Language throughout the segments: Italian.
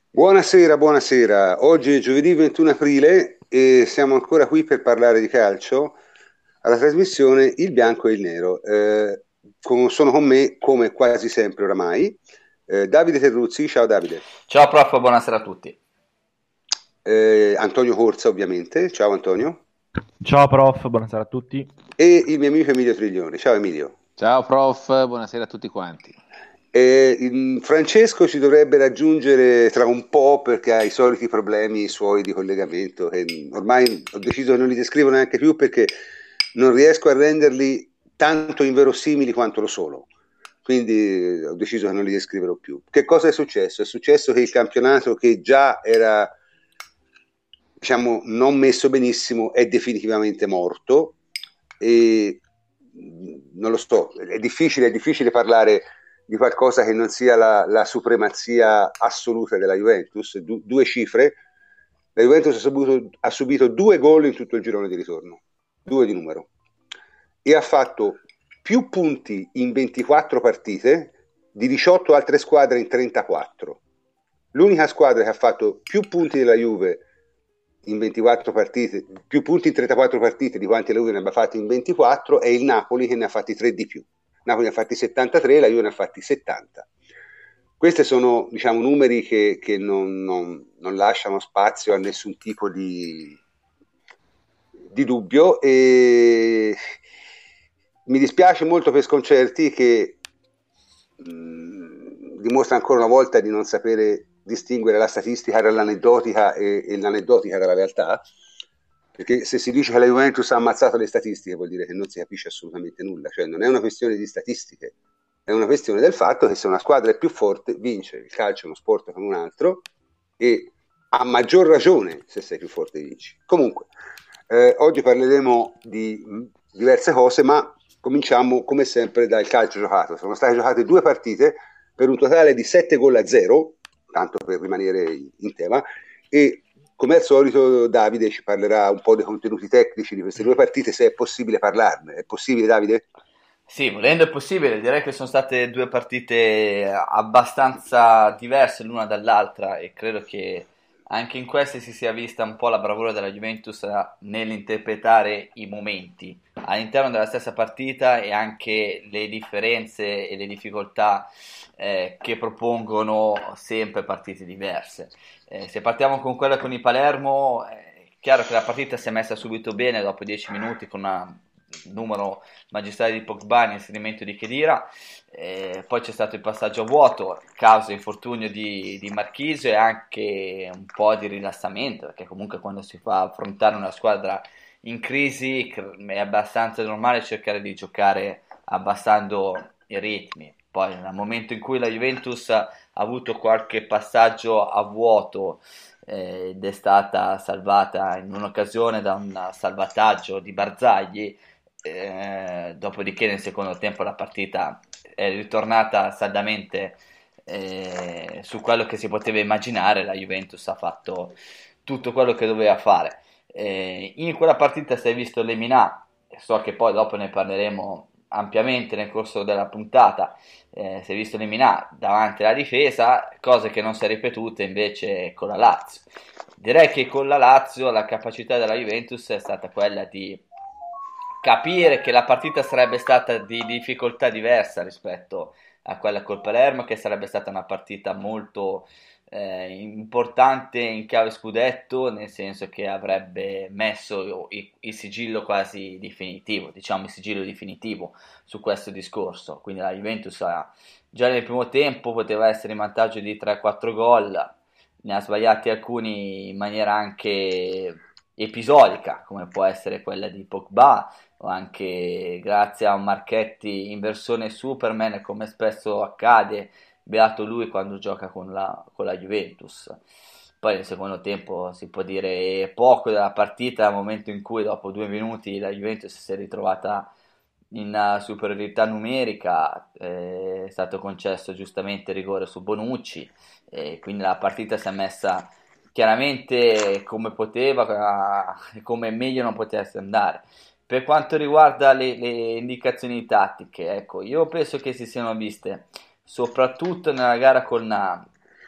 Buonasera, buonasera. Oggi è giovedì 21 aprile e siamo ancora qui per parlare di calcio alla trasmissione Il Bianco e il Nero. Sono con me, come quasi sempre oramai, Davide Terruzzi. Ciao Davide. Ciao prof, buonasera a tutti. Antonio Corsa, ovviamente. Ciao Antonio. Ciao prof, buonasera a tutti. E il mio amico Emilio Triglione. Ciao Emilio. Ciao prof, buonasera a tutti quanti. Francesco ci dovrebbe raggiungere tra un po' perché ha i soliti problemi suoi di collegamento che ormai ho deciso che non li descrivo neanche più perché non riesco a renderli tanto inverosimili quanto lo sono. Quindi ho deciso che non li descriverò più. Che cosa è successo? È successo che il campionato, che già era, diciamo, non messo benissimo, è definitivamente morto e non lo so, è difficile parlare di qualcosa che non sia la supremazia assoluta della Juventus. Due cifre: la Juventus ha subito 2 gol in tutto il girone di ritorno, 2 di numero, e ha fatto più punti in 24 partite di 18 altre squadre in 34. L'unica squadra che ha fatto più punti della Juve in 24 partite, più punti in 34 partite di quanti la Juve ne abbia fatti in 24, è il Napoli, che ne ha fatti 3 di più. Napoli ne ha fatti 73, la Juve ne ha fatti 70. Questi sono, diciamo, numeri che non lasciano spazio a nessun tipo di dubbio, e mi dispiace molto per Sconcerti, che dimostra ancora una volta di non sapere distinguere la statistica dall'aneddotica e l'aneddotica dalla realtà, perché se si dice che la Juventus ha ammazzato le statistiche vuol dire che non si capisce assolutamente nulla. Cioè non è una questione di statistiche, è una questione del fatto che se una squadra è più forte vince. Il calcio è uno sport come un altro e a maggior ragione se sei più forte vinci. Comunque oggi parleremo di diverse cose, ma cominciamo come sempre dal calcio giocato. Sono state giocate 2 partite per un totale di 7-0, tanto per rimanere in tema, e come al solito Davide ci parlerà un po' dei contenuti tecnici di queste 2 partite, se è possibile parlarne. È possibile, Davide? Sì, volendo è possibile, direi che sono state due partite abbastanza diverse l'una dall'altra e credo che anche in queste si sia vista un po' la bravura della Juventus nell'interpretare i momenti all'interno della stessa partita e anche le differenze e le difficoltà che propongono sempre partite diverse. Se partiamo con quella con il Palermo, è chiaro che la partita si è messa subito bene dopo 10 minuti con un numero magistrale di Pogba in inserimento di Khedira. Poi c'è stato il passaggio a vuoto causa infortunio di Marchisio e anche un po' di rilassamento, perché comunque quando si fa affrontare una squadra in crisi è abbastanza normale cercare di giocare abbassando i ritmi. Poi nel momento in cui la Juventus ha avuto qualche passaggio a vuoto ed è stata salvata in un'occasione da un salvataggio di Barzagli, dopodiché nel secondo tempo la partita è ritornata saldamente su quello che si poteva immaginare. La Juventus ha fatto tutto quello che doveva fare. In quella partita si è visto Lemina, so che poi dopo ne parleremo ampiamente nel corso della puntata. Si è visto Lemina davanti alla difesa, cose che non si è ripetute invece con la Lazio. Direi che con la Lazio la capacità della Juventus è stata quella di capire che la partita sarebbe stata di difficoltà diversa rispetto a quella col Palermo, che sarebbe stata una partita molto importante in chiave scudetto, nel senso che avrebbe messo il sigillo quasi definitivo, diciamo il sigillo definitivo su questo discorso. Quindi la Juventus già nel primo tempo poteva essere in vantaggio di 3-4 gol, ne ha sbagliati alcuni in maniera anche episodica, come può essere quella di Pogba, o anche grazie a un Marchetti in versione Superman, come spesso accade, beato lui quando gioca con la Juventus. Poi nel secondo tempo si può dire poco della partita, al momento in cui dopo 2 minuti la Juventus si è ritrovata in superiorità numerica, è stato concesso giustamente rigore su Bonucci, e quindi la partita si è messa chiaramente come poteva, come meglio non potesse andare. Per quanto riguarda le indicazioni tattiche, ecco, io penso che si siano viste soprattutto nella gara con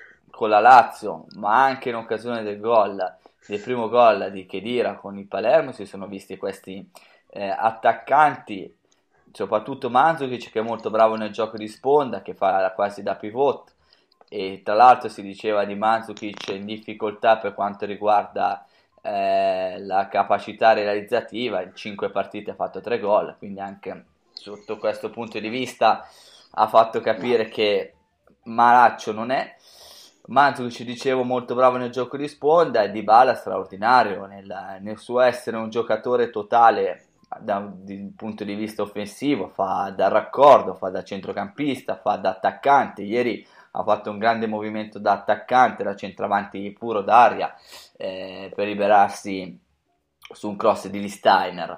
con la Lazio, ma anche in occasione del primo gol di Khedira con il Palermo, si sono visti questi attaccanti, soprattutto Mandzukic, che è molto bravo nel gioco di sponda, che fa quasi da pivot, e tra l'altro si diceva di Mandzukic in difficoltà per quanto riguarda la capacità realizzativa. In 5 partite ha fatto 3 gol, quindi anche sotto questo punto di vista ha fatto capire che malaccio non è. Mandzukic, dicevo, molto bravo nel gioco di sponda, e Dybala straordinario nel suo essere un giocatore totale dal punto di vista offensivo, fa da raccordo, fa da centrocampista, fa da attaccante. Ieri ha fatto un grande movimento da attaccante, da centravanti puro d'aria, per liberarsi su un cross di Lichtsteiner.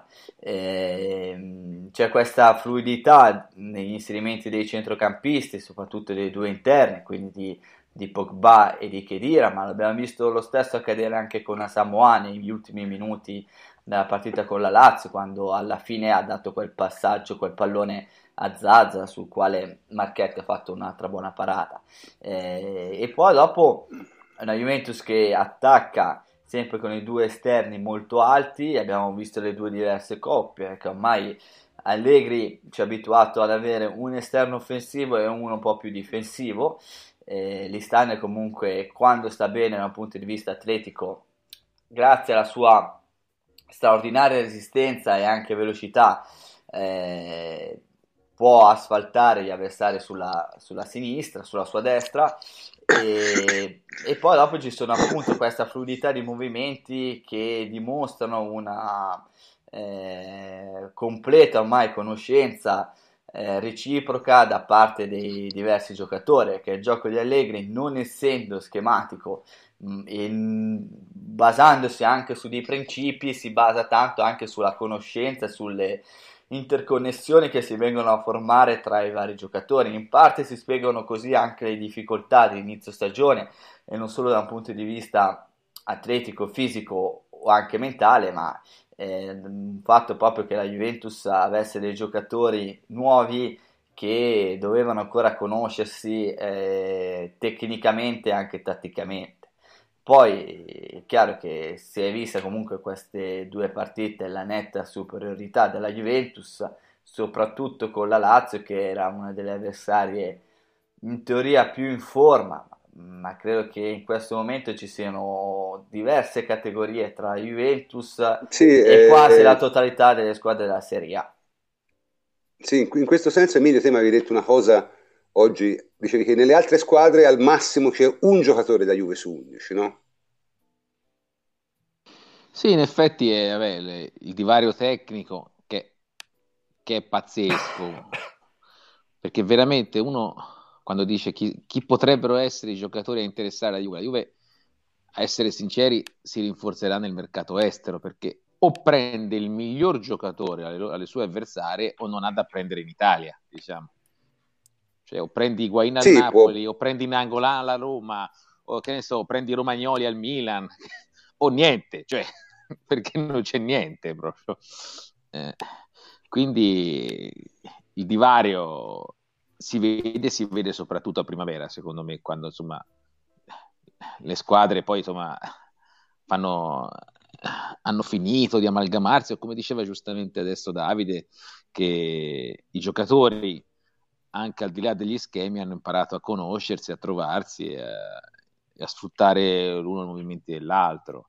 C'è questa fluidità negli inserimenti dei centrocampisti, soprattutto dei due interni, quindi di Pogba e di Khedira, ma l'abbiamo visto lo stesso accadere anche con Asamoah negli ultimi minuti della partita con la Lazio, quando alla fine ha dato quel passaggio, quel pallone a Zaza, sul quale Marchetti ha fatto un'altra buona parata. E poi dopo una Juventus che attacca sempre con i due esterni molto alti. Abbiamo visto le due diverse coppie, che ormai Allegri ci ha abituato ad avere un esterno offensivo e uno un po' più difensivo. Lichtsteiner comunque, quando sta bene da un punto di vista atletico, grazie alla sua straordinaria resistenza e anche velocità, può asfaltare gli avversari sulla sinistra, sulla sua destra, e poi dopo ci sono appunto questa fluidità di movimenti che dimostrano una completa ormai conoscenza reciproca da parte dei diversi giocatori, che il gioco di Allegri, non essendo schematico, basandosi anche su dei principi, si basa tanto anche sulla conoscenza, sulle interconnessioni che si vengono a formare tra i vari giocatori. In parte si spiegano così anche le difficoltà di inizio stagione, e non solo da un punto di vista atletico, fisico o anche mentale, ma il fatto proprio che la Juventus avesse dei giocatori nuovi che dovevano ancora conoscersi tecnicamente e anche tatticamente. Poi è chiaro che si è vista comunque queste due partite la netta superiorità della Juventus, soprattutto con la Lazio, che era una delle avversarie in teoria più in forma, ma credo che in questo momento ci siano diverse categorie tra Juventus Sì, e quasi la totalità delle squadre della Serie A. sì, in questo senso, Emilio, te mi avevi detto una cosa oggi, dicevi che nelle altre squadre al massimo c'è un giocatore da Juve su 11, no? Sì, in effetti il divario tecnico che è pazzesco, perché veramente uno, quando dice chi potrebbero essere i giocatori a interessare la Juve, a essere sinceri, si rinforzerà nel mercato estero, perché o prende il miglior giocatore alle sue avversarie o non ha da prendere in Italia, diciamo. Cioè, o prendi Higuain al Napoli, o prendi Nainggolan alla Roma, o che ne so, prendi Romagnoli al Milan, o niente, cioè, perché non c'è niente proprio. Quindi il divario si vede soprattutto a primavera, secondo me, quando insomma le squadre poi insomma hanno finito di amalgamarsi, o come diceva giustamente adesso Davide, che i giocatori anche al di là degli schemi hanno imparato a conoscersi, a trovarsi e a sfruttare l'uno i movimenti dell'altro.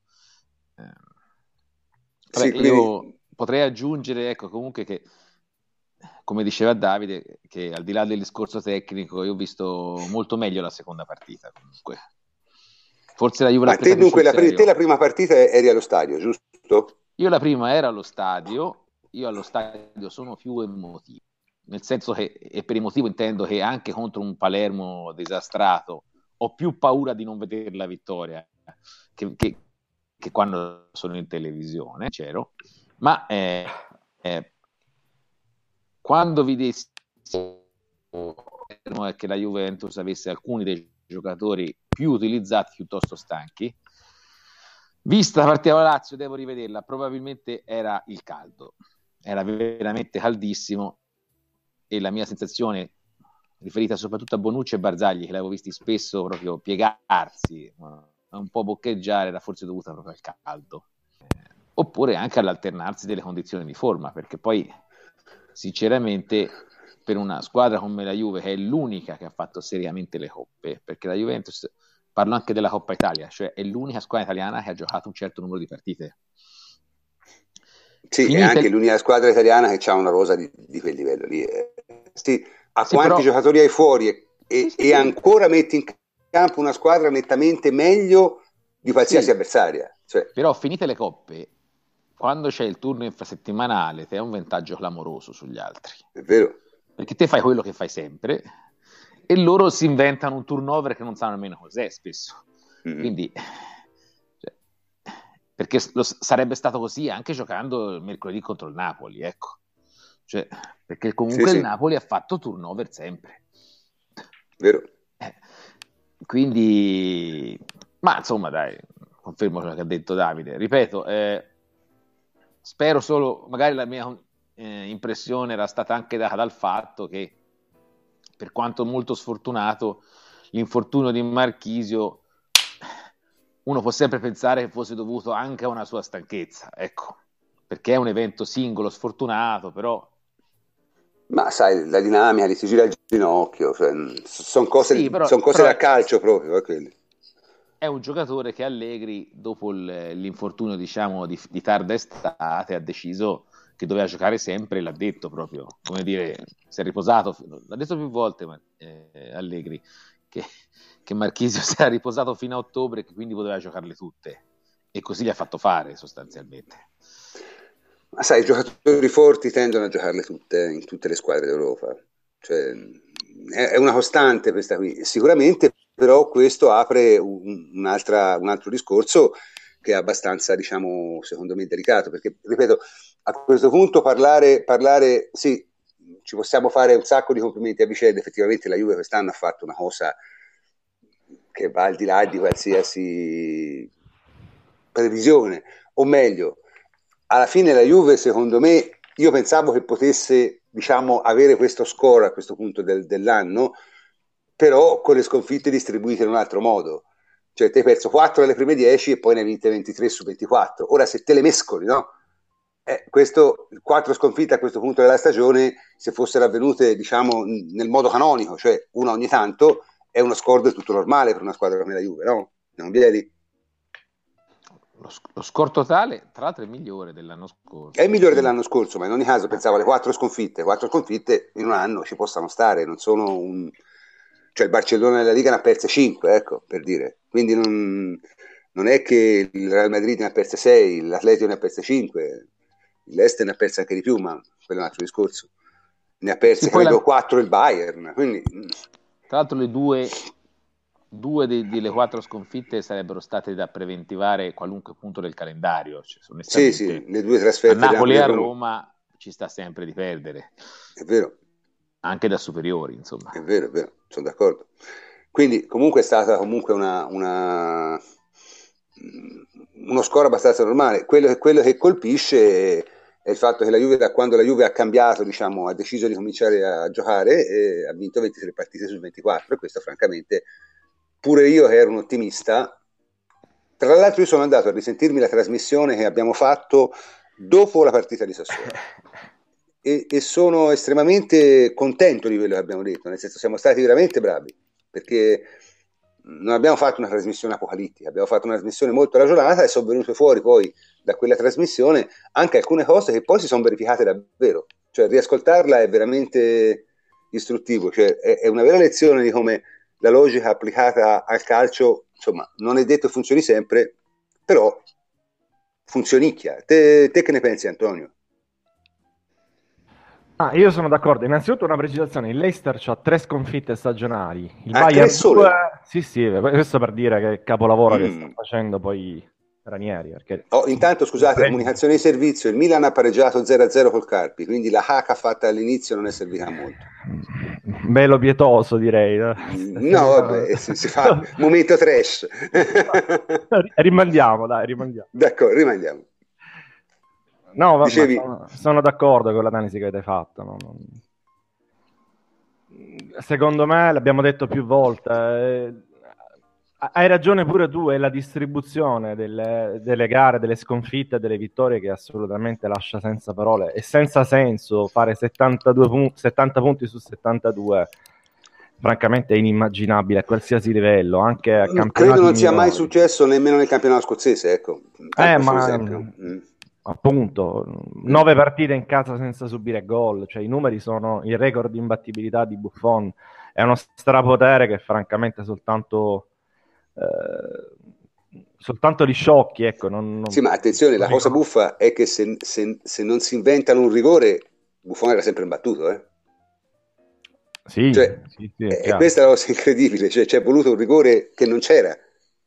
Sì, io potrei aggiungere, ecco, comunque, che come diceva Davide, che al di là del discorso tecnico io ho visto molto meglio la seconda partita comunque. Forse la Juve l'ha presa più sul serio. Te la prima partita eri allo stadio, giusto? Io la prima ero allo stadio, io allo stadio sono più emotivo, nel senso che, e per emotivo intendo che anche contro un Palermo disastrato ho più paura di non vedere la vittoria che quando sono in televisione, c'ero, ma quando vedessi che la Juventus avesse alcuni dei giocatori più utilizzati piuttosto stanchi, vista la partita della Lazio, devo rivederla, probabilmente era il caldo, era veramente caldissimo, e la mia sensazione riferita soprattutto a Bonucci e Barzagli, che l'avevo visti spesso proprio piegarsi, un po' boccheggiare, era forse dovuta proprio al caldo. Oppure anche all'alternarsi delle condizioni di forma, perché poi sinceramente per una squadra come la Juve, che è l'unica che ha fatto seriamente le coppe, perché la Juventus, parlo anche della Coppa Italia, cioè è l'unica squadra italiana che ha giocato un certo numero di partite. Sì, è anche l'unica squadra italiana che ha una rosa di quel livello lì. Sì, quanti però giocatori hai fuori e ancora metti in campo una squadra nettamente meglio di qualsiasi avversaria. Cioè. Però finite le coppe, quando c'è il turno infrasettimanale, te hai un vantaggio clamoroso sugli altri. È vero. Perché te fai quello che fai sempre e loro si inventano un turnover che non sanno nemmeno cos'è spesso. Quindi perché sarebbe stato così anche giocando il mercoledì contro il Napoli, ecco. Cioè, perché comunque il Napoli ha fatto turnover sempre. Vero. Quindi, ma insomma, dai, confermo quello che ha detto Davide. Ripeto, spero solo, magari la mia impressione era stata anche data dal fatto che, per quanto molto sfortunato, l'infortunio di Marchisio, uno può sempre pensare che fosse dovuto anche a una sua stanchezza, ecco, perché è un evento singolo sfortunato, però... Ma sai, la dinamica di si gira il ginocchio, cioè, sono cose, son cose da calcio proprio. È un giocatore che Allegri, dopo l'infortunio, diciamo, di tarda estate, ha deciso che doveva giocare sempre, l'ha detto proprio, come dire, si è riposato, l'ha detto più volte Allegri, che Marchisio si era riposato fino a ottobre e che quindi poteva giocarle tutte, e così gli ha fatto fare sostanzialmente. Ma sai, i giocatori forti tendono a giocarle tutte in tutte le squadre d'Europa, cioè, è una costante questa qui. Sicuramente però questo apre un altro discorso che è abbastanza, diciamo, secondo me delicato, perché, ripeto, a questo punto parlare sì, ci possiamo fare un sacco di complimenti a vicenda, effettivamente la Juve quest'anno ha fatto una cosa che va al di là di qualsiasi previsione, o meglio, alla fine la Juve, secondo me, io pensavo che potesse, diciamo, avere questo score a questo punto dell'anno, però con le sconfitte distribuite in un altro modo. Cioè, te hai perso 4 alle prime 10 e poi ne hai vinte 23 su 24. Ora, se te le mescoli, no? Questo 4 sconfitte a questo punto della stagione, se fossero avvenute, diciamo, nel modo canonico, cioè una ogni tanto, è uno score del tutto normale per una squadra come la Juve, no? Non vieni? Lo score totale, tra l'altro, è migliore dell'anno scorso. È il migliore dell'anno scorso, ma in ogni caso pensavo alle 4 sconfitte. 4 sconfitte in un anno ci possano stare, non sono un... Cioè il Barcellona nella Liga ne ha perse 5, ecco, per dire. Quindi non è che il Real Madrid ne ha perse 6, l'Atletico ne ha perse 5, l'Este ne ha perse anche di più, ma quello è un altro discorso. Ne ha perse, credo, 4 il Bayern. Quindi... Tra l'altro le due delle 4 sconfitte sarebbero state da preventivare qualunque punto del calendario. Cioè, sì, le 2 trasferte a Napoli e a Roma ci sta sempre di perdere. È vero. Anche da superiori, insomma. È vero, sono d'accordo. Quindi comunque è stata comunque uno score abbastanza normale. Quello che colpisce è il fatto che la Juve, da quando la Juve ha cambiato, diciamo, ha deciso di cominciare a giocare, ha vinto 23 partite su 24, e questo francamente, pure io che ero un ottimista, tra l'altro io sono andato a risentirmi la trasmissione che abbiamo fatto dopo la partita di Sassuolo e sono estremamente contento di quello che abbiamo detto, nel senso siamo stati veramente bravi, perché non abbiamo fatto una trasmissione apocalittica, abbiamo fatto una trasmissione molto ragionata e sono venute fuori poi da quella trasmissione anche alcune cose che poi si sono verificate davvero, cioè riascoltarla è veramente istruttivo, cioè è una vera lezione di come la logica applicata al calcio, insomma, non è detto funzioni sempre, però funzionicchia. Te che ne pensi, Antonio? Io sono d'accordo. Innanzitutto una precisazione: il Leicester ha 3 sconfitte stagionali, il Bayern 2. Sì, questo per dire che capolavoro che sta facendo poi Ranieri. Perché... intanto, scusate, comunicazione di servizio, il Milan ha pareggiato 0-0 col Carpi, quindi la hacca fatta all'inizio non è servita molto. Bello pietoso, direi. No, vabbè, si fa momento trash. rimandiamo. D'accordo, rimandiamo. No, sono d'accordo con l'analisi che avete fatto. secondo me, l'abbiamo detto più volte, hai ragione pure tu, è la distribuzione delle gare, delle sconfitte, delle vittorie che assolutamente lascia senza parole. È senza senso fare 70 punti su 72, francamente è inimmaginabile a qualsiasi livello, anche a Credo campionati non sia mai minori. successo nemmeno nel campionato scozzese, ecco, tanto per Ma esempio. appunto, 9 partite in casa senza subire gol, cioè i numeri sono il record di imbattibilità di Buffon, è uno strapotere che francamente soltanto gli sciocchi, ecco. Sì, ma attenzione, la cosa buffa è che se non si inventano un rigore, Buffon era sempre imbattuto, eh? Sì, Cioè, sì, è e chiaro. questa è la cosa incredibile, cioè c'è voluto un rigore che non c'era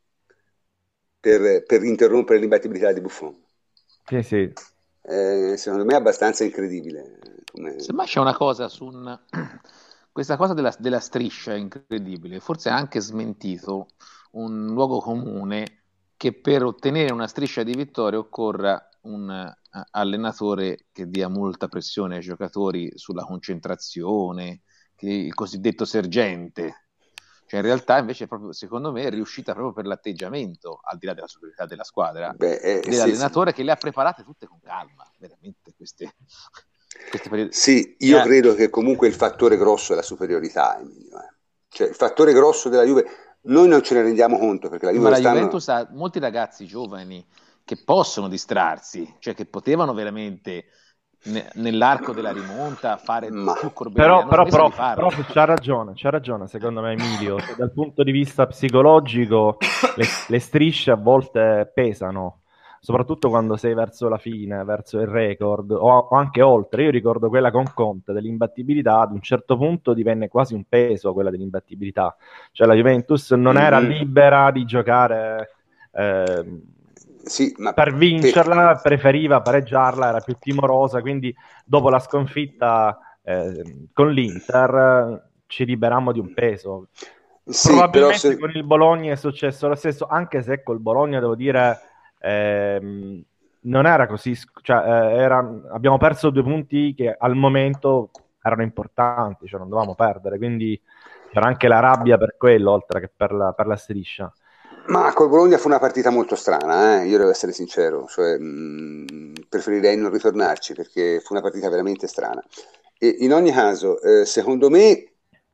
per interrompere l'imbattibilità di Buffon. Sì, sì. Secondo me è abbastanza incredibile. Semmai c'è una cosa su questa cosa della striscia è incredibile, forse ha anche smentito un luogo comune che per ottenere una striscia di vittoria occorra un allenatore che dia molta pressione ai giocatori sulla concentrazione, il cosiddetto sergente. Cioè in realtà invece proprio, secondo me, è riuscita proprio per l'atteggiamento, al di là della superiorità della squadra, dell'allenatore che le ha preparate tutte con calma, veramente queste periodi. Sì, io credo che comunque il fattore grosso è la superiorità, Emilio. Cioè il fattore grosso della Juve, noi non ce ne rendiamo conto perché la Juve Ma la Juventus ha molti ragazzi giovani che possono distrarsi, cioè che potevano veramente nell'arco della rimonta fare più corbelli. Però prof, c'ha ragione secondo me Emilio, dal punto di vista psicologico le strisce a volte pesano, soprattutto quando sei verso la fine, verso il record o anche oltre. Io ricordo quella con Conte dell'imbattibilità, ad un certo punto divenne quasi un peso quella dell'imbattibilità, cioè la Juventus non era libera di giocare sì, ma per vincerla, preferiva pareggiarla, era più timorosa, quindi dopo la sconfitta con l'Inter ci liberammo di un peso. Sì, Probabilmente però con il Bologna è successo lo stesso, anche se col Bologna devo dire non era così, cioè, abbiamo perso 2 punti che al momento erano importanti, cioè non dovevamo perdere, quindi c'era anche la rabbia per quello, oltre che per la striscia. Ma col Bologna fu una partita molto strana, io devo essere sincero, cioè, preferirei non ritornarci perché fu una partita veramente strana. E in ogni caso, secondo me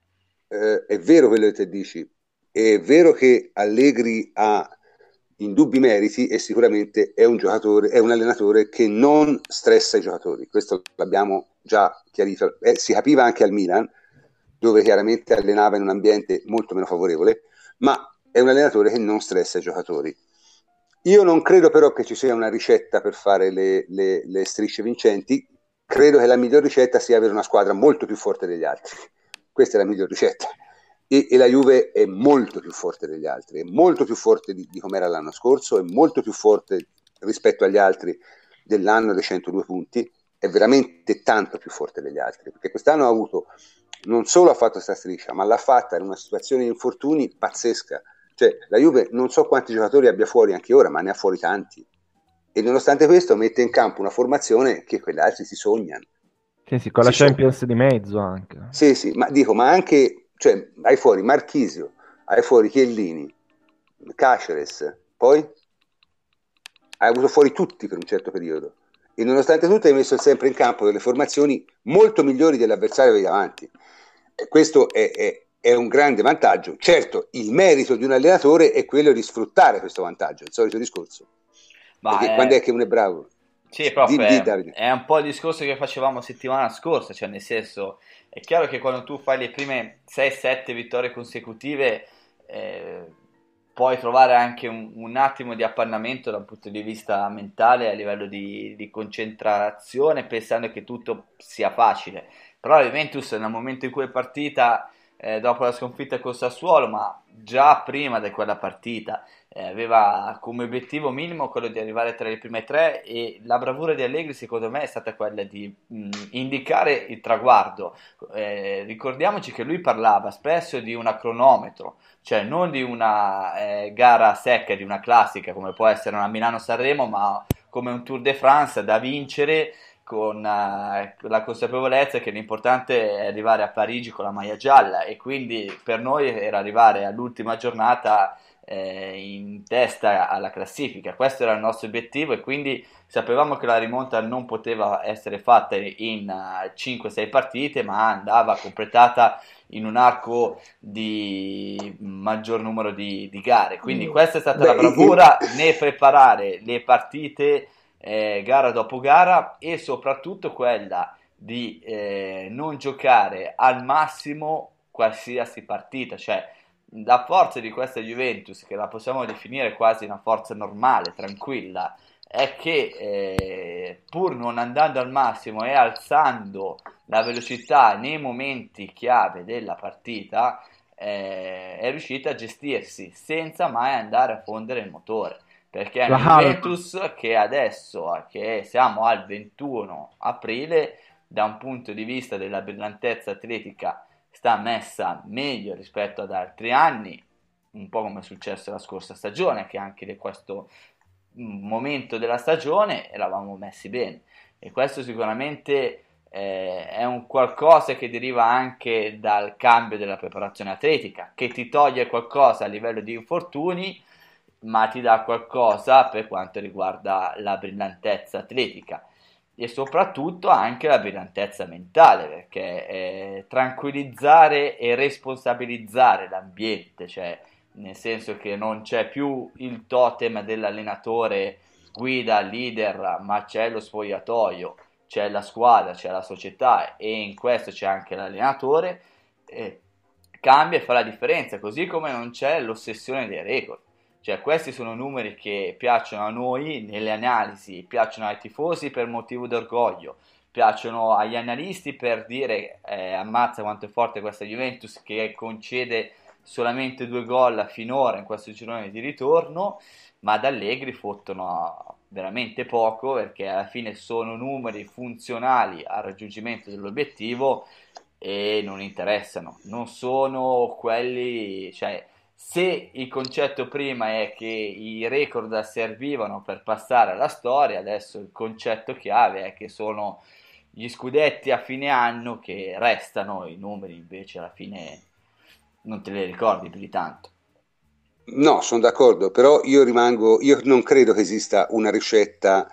è vero quello che te dici, è vero che Allegri ha indubbi meriti e sicuramente è un giocatore, è un allenatore che non stressa i giocatori, questo l'abbiamo già chiarito, si capiva anche al Milan, dove chiaramente allenava in un ambiente molto meno favorevole, ma è un allenatore che non stressa i giocatori. Io non credo però che ci sia una ricetta per fare le strisce vincenti, credo che la miglior ricetta sia avere una squadra molto più forte degli altri. Questa è la miglior ricetta. E la Juve è molto più forte degli altri, è molto più forte di come era l'anno scorso, è molto più forte rispetto agli altri dell'anno dei 102 punti, è veramente tanto più forte degli altri, perché quest'anno ha avuto, non solo ha fatto questa striscia, ma l'ha fatta in una situazione di infortuni pazzesca. Cioè, la Juve non so quanti giocatori abbia fuori anche ora, ma ne ha fuori tanti. E nonostante questo mette in campo una formazione che quegli altri si sognano. Sì, con la Champions di mezzo anche. Sì, ma dico, ma anche, cioè, hai fuori Marchisio, hai fuori Chiellini, Caceres, poi hai avuto fuori tutti per un certo periodo. E nonostante tutto hai messo sempre in campo delle formazioni molto migliori dell'avversario che hai davanti. E questo è un grande vantaggio. Certo, il merito di un allenatore è quello di sfruttare questo vantaggio, il solito discorso. Perché quando è che uno è bravo? Sì, proprio è un po' il discorso che facevamo settimana scorsa, cioè nel senso, è chiaro che quando tu fai le prime 6-7 vittorie consecutive puoi trovare anche un attimo di appannamento dal punto di vista mentale a livello di concentrazione, pensando che tutto sia facile. Però la Juventus nel momento in cui è partita, dopo la sconfitta con Sassuolo, ma già prima di quella partita, aveva come obiettivo minimo quello di arrivare tra le prime 3 e la bravura di Allegri secondo me è stata quella di indicare il traguardo. Ricordiamoci che lui parlava spesso di una cronometro, cioè non di una gara secca, di una classica come può essere una Milano-Sanremo, ma come un Tour de France da vincere, con la consapevolezza che l'importante è arrivare a Parigi con la maglia gialla, e quindi per noi era arrivare all'ultima giornata in testa alla classifica. Questo era il nostro obiettivo, e quindi sapevamo che la rimonta non poteva essere fatta in 5-6 partite, ma andava completata in un arco di maggior numero di gare. Quindi questa è stata la bravura nel preparare le partite gara dopo gara, e soprattutto quella di non giocare al massimo qualsiasi partita. Cioè, la forza di questa Juventus, che la possiamo definire quasi una forza normale, tranquilla, è che pur non andando al massimo e alzando la velocità nei momenti chiave della partita, è riuscita a gestirsi senza mai andare a fondere il motore, perché è una Juventus che adesso, che siamo al 21 aprile, da un punto di vista della brillantezza atletica sta messa meglio rispetto ad altri anni, un po' come è successo la scorsa stagione, che anche di questo momento della stagione eravamo messi bene, e questo sicuramente è un qualcosa che deriva anche dal cambio della preparazione atletica, che ti toglie qualcosa a livello di infortuni, ma ti dà qualcosa per quanto riguarda la brillantezza atletica, e soprattutto anche la brillantezza mentale, perché tranquillizzare e responsabilizzare l'ambiente, cioè nel senso che non c'è più il totem dell'allenatore guida, leader, ma c'è lo spogliatoio, c'è la squadra, c'è la società, e in questo c'è anche l'allenatore, cambia e fa la differenza, così come non c'è l'ossessione dei record. Cioè, questi sono numeri che piacciono a noi nelle analisi, piacciono ai tifosi per motivo d'orgoglio, piacciono agli analisti per dire ammazza quanto è forte questa Juventus, che concede solamente 2 gol finora in questo girone di ritorno, ma ad Allegri fottono veramente poco, perché alla fine sono numeri funzionali al raggiungimento dell'obiettivo e non interessano, non sono quelli, cioè, se il concetto prima è che i record servivano per passare alla storia, adesso il concetto chiave è che sono gli scudetti a fine anno che restano, i numeri invece alla fine non te li ricordi più di tanto. No, sono d'accordo, però io non credo che esista una ricetta,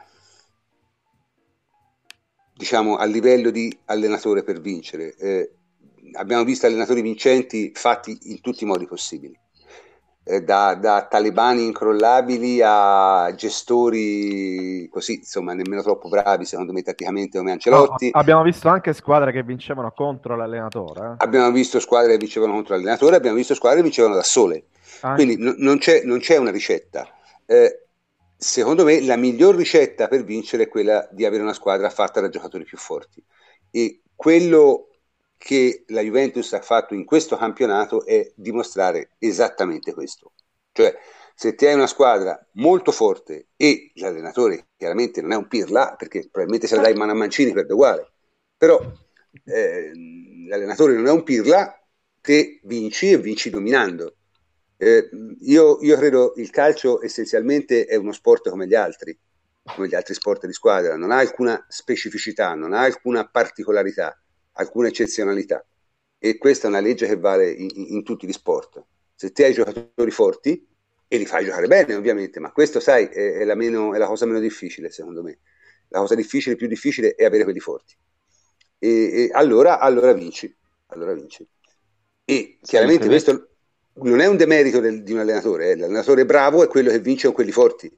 diciamo, a livello di allenatore per vincere. Abbiamo visto allenatori vincenti fatti in tutti i modi possibili, da talebani incrollabili a gestori così, insomma, nemmeno troppo bravi, secondo me, tatticamente, come Ancelotti. No, abbiamo visto anche squadre che vincevano contro l'allenatore. Abbiamo visto squadre che vincevano contro l'allenatore, abbiamo visto squadre che vincevano da sole. Quindi non c'è una ricetta. Secondo me la miglior ricetta per vincere è quella di avere una squadra fatta da giocatori più forti, e quello che la Juventus ha fatto in questo campionato è dimostrare esattamente questo. Cioè, se ti hai una squadra molto forte e l'allenatore chiaramente non è un pirla, perché probabilmente se la dai in mano a Mancini perde uguale, però l'allenatore non è un pirla, te vinci e vinci dominando. Io credo il calcio essenzialmente è uno sport come gli altri sport di squadra, non ha alcuna specificità, non ha alcuna particolarità, alcuna eccezionalità, e questa è una legge che vale in tutti gli sport. Se ti hai giocatori forti e li fai giocare bene, ovviamente, ma questo, sai, è la cosa meno difficile, secondo me. La cosa più difficile è avere quelli forti, e allora vinci. E chiaramente questo non è un demerito di un allenatore, l'allenatore bravo è quello che vince con quelli forti,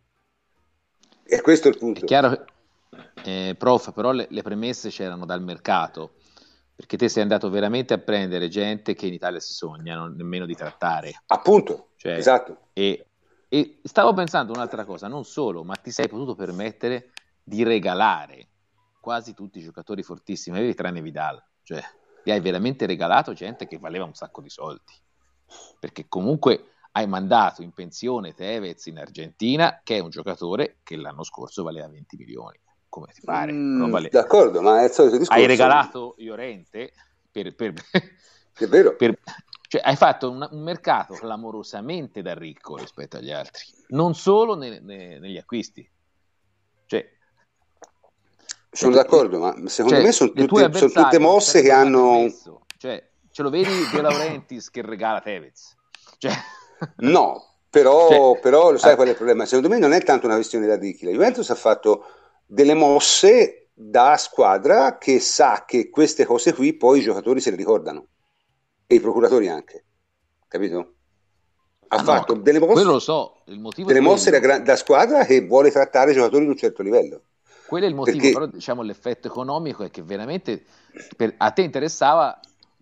e questo è il punto. È chiaro, prof, però le premesse c'erano dal mercato, perché te sei andato veramente a prendere gente che in Italia si sognano nemmeno di trattare, appunto, cioè, esatto, e stavo pensando un'altra cosa, non solo, ma ti sei potuto permettere di regalare quasi tutti i giocatori fortissimi, avevi tranne Vidal, cioè ti hai veramente regalato gente che valeva un sacco di soldi, perché comunque hai mandato in pensione Tevez in Argentina, che è un giocatore che l'anno scorso valeva 20 milioni. Come ti pare? D'accordo, ma è il solito discorso. Hai regalato Llorente per è vero. Cioè, hai fatto un mercato clamorosamente da ricco rispetto agli altri, non solo negli acquisti. Cioè, Sono d'accordo, ma secondo me sono le tue tutte mosse che hanno... Cioè, ce lo vedi De Laurentiis che regala Tevez? Cioè... No, però lo sai qual è il problema? Secondo me non è tanto una questione da ricchi. La Juventus ha fatto delle mosse da squadra che sa che queste cose qui poi i giocatori se le ricordano e i procuratori anche, capito? Ha fatto delle mosse, quello lo so, il motivo delle è mosse da squadra che vuole trattare i giocatori di un certo livello. Quello è il motivo, perché... però diciamo l'effetto economico è che veramente a te interessava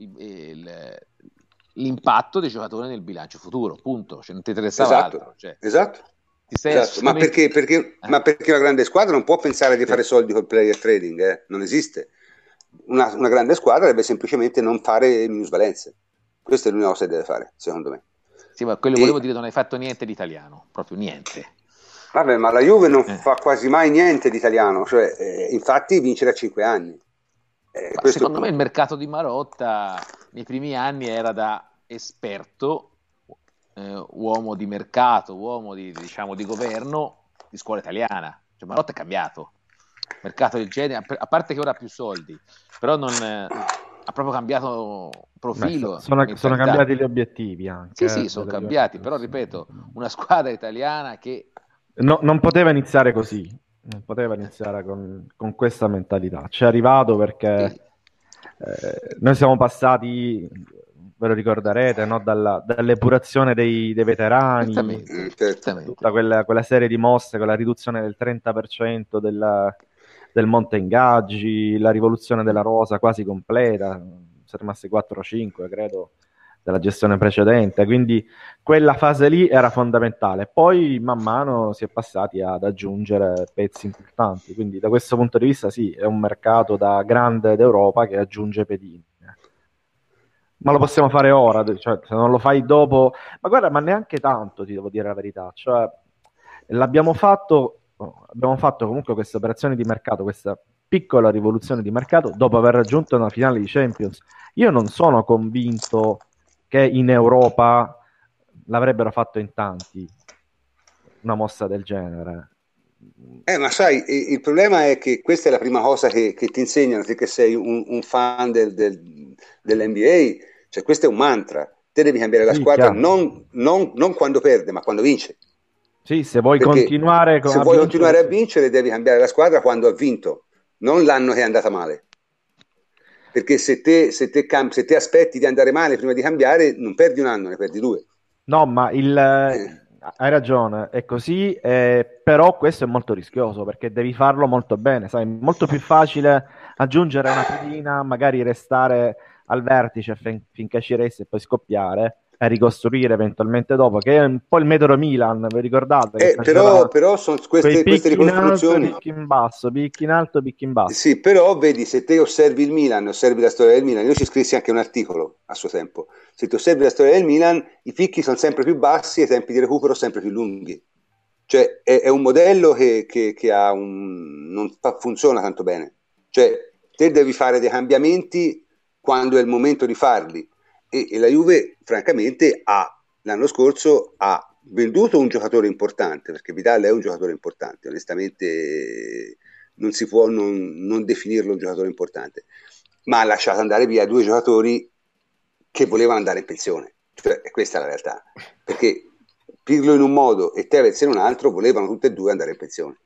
l'impatto dei giocatori nel bilancio futuro, punto, cioè, non ti interessava altro. Cioè, esatto. Ti sei assolutamente... ma perché una grande squadra non può pensare di fare soldi col player trading, non esiste. Una grande squadra deve semplicemente non fare minusvalenze. Questa è l'unica cosa che deve fare, secondo me. Sì, ma quello volevo dire, non hai fatto niente di italiano, proprio niente. Vabbè, ma la Juve non fa quasi mai niente di italiano, cioè, infatti vince da 5 anni. Secondo me il mercato di Marotta nei primi anni era da esperto, uomo di mercato, uomo di governo di scuola italiana. Cioè, Marotta è cambiato, mercato del genere, a parte che ora ha più soldi, però non ha proprio cambiato profilo. Sono cambiati gli obiettivi anche. Sì, sono cambiati, però ripeto, una squadra italiana che non poteva iniziare così, non poteva iniziare con questa mentalità. Ci è arrivato perché noi siamo passati, ve lo ricorderete, no? dall'epurazione dei veterani, certamente. Tutta quella serie di mosse con la riduzione del 30% del monte ingaggi, la rivoluzione della rosa quasi completa, sono rimasti 4 o 5, credo, della gestione precedente, quindi quella fase lì era fondamentale. Poi man mano si è passati ad aggiungere pezzi importanti, quindi da questo punto di vista sì, è un mercato da grande d'Europa che aggiunge pedine. Ma lo possiamo fare ora, cioè, se non lo fai dopo... Ma guarda, ma neanche tanto, ti devo dire la verità. Cioè, abbiamo fatto comunque queste operazioni di mercato, questa piccola rivoluzione di mercato, dopo aver raggiunto una finale di Champions. Io non sono convinto che in Europa l'avrebbero fatto in tanti, una mossa del genere. Ma sai, il problema è che questa è la prima cosa che ti insegnano, che sei un fan dell'NBA, cioè questo è un mantra, te devi cambiare la squadra non quando perde, ma quando vince. Sì, se vuoi continuare a vincere devi cambiare la squadra quando ha vinto, non l'anno che è andata male. Perché se te aspetti di andare male prima di cambiare, non perdi un anno, ne perdi 2. No, ma hai ragione, è così, però questo è molto rischioso perché devi farlo molto bene, sai, è molto più facile aggiungere una pedina, magari restare al vertice finché ci resti e poi scoppiare e ricostruire eventualmente dopo, che è un po' il metodo Milan, vi ricordate? Però sono queste ricostruzioni. Picchi in basso, picchi in alto, picchi in basso. Sì, però vedi, se te osservi il Milan, osservi la storia del Milan, io ci scrissi anche un articolo a suo tempo, se ti osservi la storia del Milan, i picchi sono sempre più bassi e i tempi di recupero sempre più lunghi. Cioè è un modello che non funziona tanto bene. Cioè te devi fare dei cambiamenti quando è il momento di farli. E la Juve francamente l'anno scorso ha venduto un giocatore importante, perché Vidal è un giocatore importante, onestamente non si può non definirlo un giocatore importante, ma ha lasciato andare via 2 giocatori che volevano andare in pensione, cioè questa è la realtà, perché Pirlo in un modo e Tevez in un altro volevano tutte e 2 andare in pensione.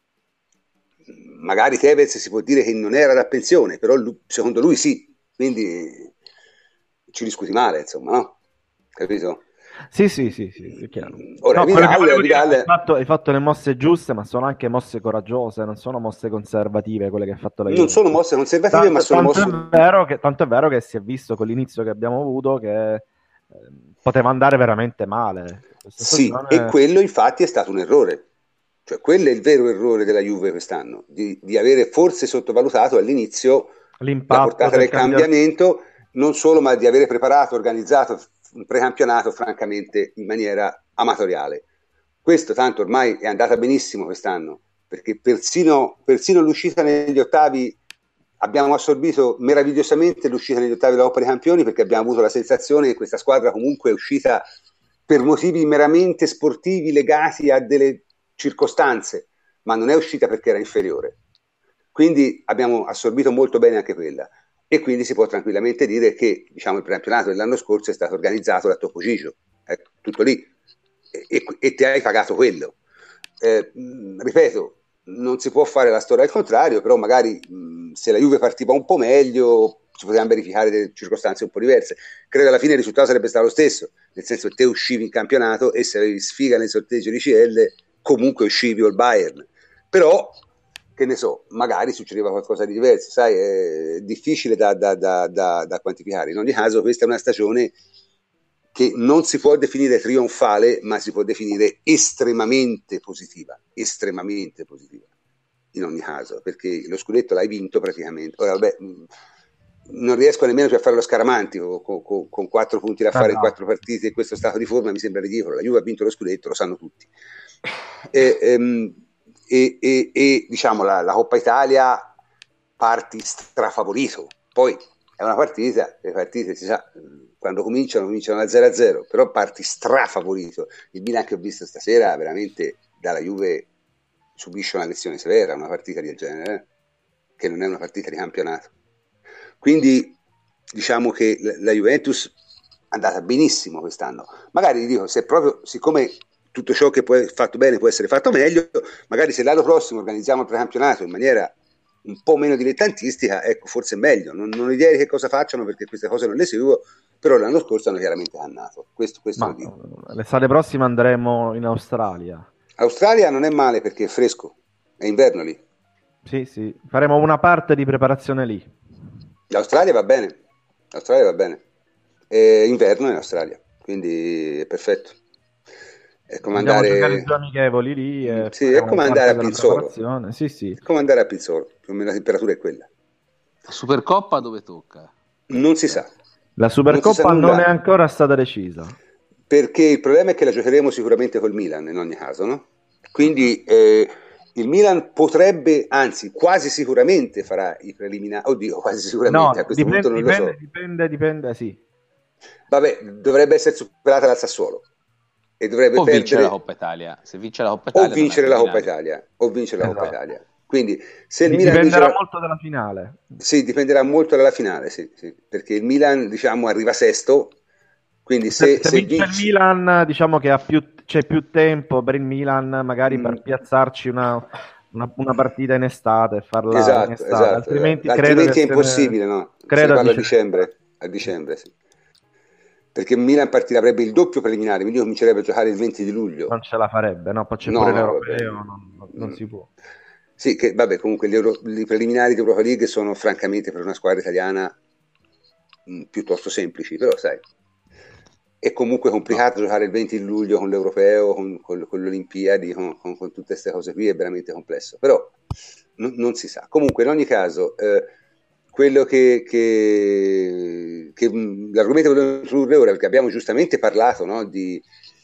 Magari Tevez si può dire che non era da pensione, però secondo lui sì, quindi ci discuti male, insomma, no? Capito? Sì, è chiaro. Ora, hai fatto le mosse giuste, ma sono anche mosse coraggiose, non sono mosse conservative quelle che ha fatto la Juve. Non sono mosse conservative, ma sono mosse... Tanto è vero che si è visto con l'inizio che abbiamo avuto che poteva andare veramente male. Sì, e quello infatti è stato un errore. Cioè, quello è il vero errore della Juve quest'anno, di avere forse sottovalutato all'inizio la portata del cambiamento, non solo, ma di avere preparato, organizzato un precampionato francamente in maniera amatoriale. Questo tanto ormai è andata benissimo quest'anno, perché persino l'uscita negli ottavi abbiamo assorbito meravigliosamente l'uscita negli ottavi della Coppa dei Campioni, perché abbiamo avuto la sensazione che questa squadra comunque è uscita per motivi meramente sportivi legati a delle circostanze, ma non è uscita perché era inferiore. Quindi abbiamo assorbito molto bene anche quella. E quindi si può tranquillamente dire che, diciamo, il precampionato dell'anno scorso è stato organizzato da Topo Gigio, ecco, tutto lì, e ti hai pagato quello. Ripeto, non si può fare la storia al contrario, però magari se la Juve partiva un po' meglio si potevano verificare delle circostanze un po' diverse. Credo alla fine il risultato sarebbe stato lo stesso, nel senso che te uscivi in campionato e se avevi sfiga nel sorteggio di CL comunque uscivi al Bayern. Però, che ne so, magari succedeva qualcosa di diverso, sai, è difficile da quantificare. In ogni caso questa è una stagione che non si può definire trionfale, ma si può definire estremamente positiva, in ogni caso, perché lo scudetto l'hai vinto praticamente. Ora, vabbè, non riesco nemmeno più a fare lo scaramantico con 4 punti da fare in 4 partite, in questo stato di forma mi sembra ridicolo. La Juve ha vinto lo scudetto, lo sanno tutti. E diciamo la Coppa Italia parti strafavorito, poi è una partita, le partite si sa, quando cominciano al 0-0, però parti strafavorito. Il Milan che ho visto stasera veramente dalla Juve subisce una lezione severa, una partita del genere, che non è una partita di campionato. Quindi diciamo che la Juventus è andata benissimo quest'anno. Magari dico, se proprio, siccome tutto ciò che può essere fatto bene può essere fatto meglio, magari se l'anno prossimo organizziamo il precampionato in maniera un po' meno dilettantistica, ecco, forse è meglio. Non ho idea di che cosa facciano, perché queste cose non le seguo, però l'anno scorso hanno chiaramente cannato. Questo lo dico. L'estate prossima andremo in Australia. Australia non è male perché è fresco, è inverno lì. Sì, faremo una parte di preparazione lì. L'Australia va bene, è inverno in Australia, quindi è perfetto. È come andare a giocare 2 amichevoli lì. Sì, è come andare a Pizzolo. Sì. È come andare a Pizzolo, più o meno la temperatura è quella. La Supercoppa dove tocca? Non si sa. La Supercoppa non è ancora stata decisa. Perché il problema è che la giocheremo sicuramente col Milan in ogni caso, no? Quindi il Milan potrebbe, anzi quasi sicuramente farà i preliminari. Oddio, quasi sicuramente, a questo punto non lo so. Dipende, sì. Vabbè, dovrebbe essere superata dal Sassuolo. E dovrebbe perdere vincere la Coppa Italia. Se vince la Coppa Italia, o vincere la Coppa Italia, Coppa Italia. Quindi se il Milan dipenderà molto dalla finale. Sì, dipenderà molto dalla finale, sì, perché il Milan, diciamo, arriva sesto. Quindi se vince il Milan, diciamo che c'è più tempo per il Milan, magari per piazzarci una partita in estate e farla in estate. Altrimenti è impossibile, no? Credo a dicembre, sì. Perché il Milan avrebbe il doppio preliminare, quindi comincerebbe a giocare il 20 di luglio. Non ce la farebbe, no? Poi c'è pure l'Europeo, non si può. Sì, che vabbè, comunque i preliminari di Europa League sono francamente per una squadra italiana piuttosto semplici, però sai, è comunque complicato giocare il 20 di luglio con l'Europeo, con le Olimpiadi, con tutte queste cose qui, è veramente complesso, però non si sa. Comunque in ogni caso quello che l'argomento che volevo introdurre ora, perché abbiamo giustamente parlato, no, di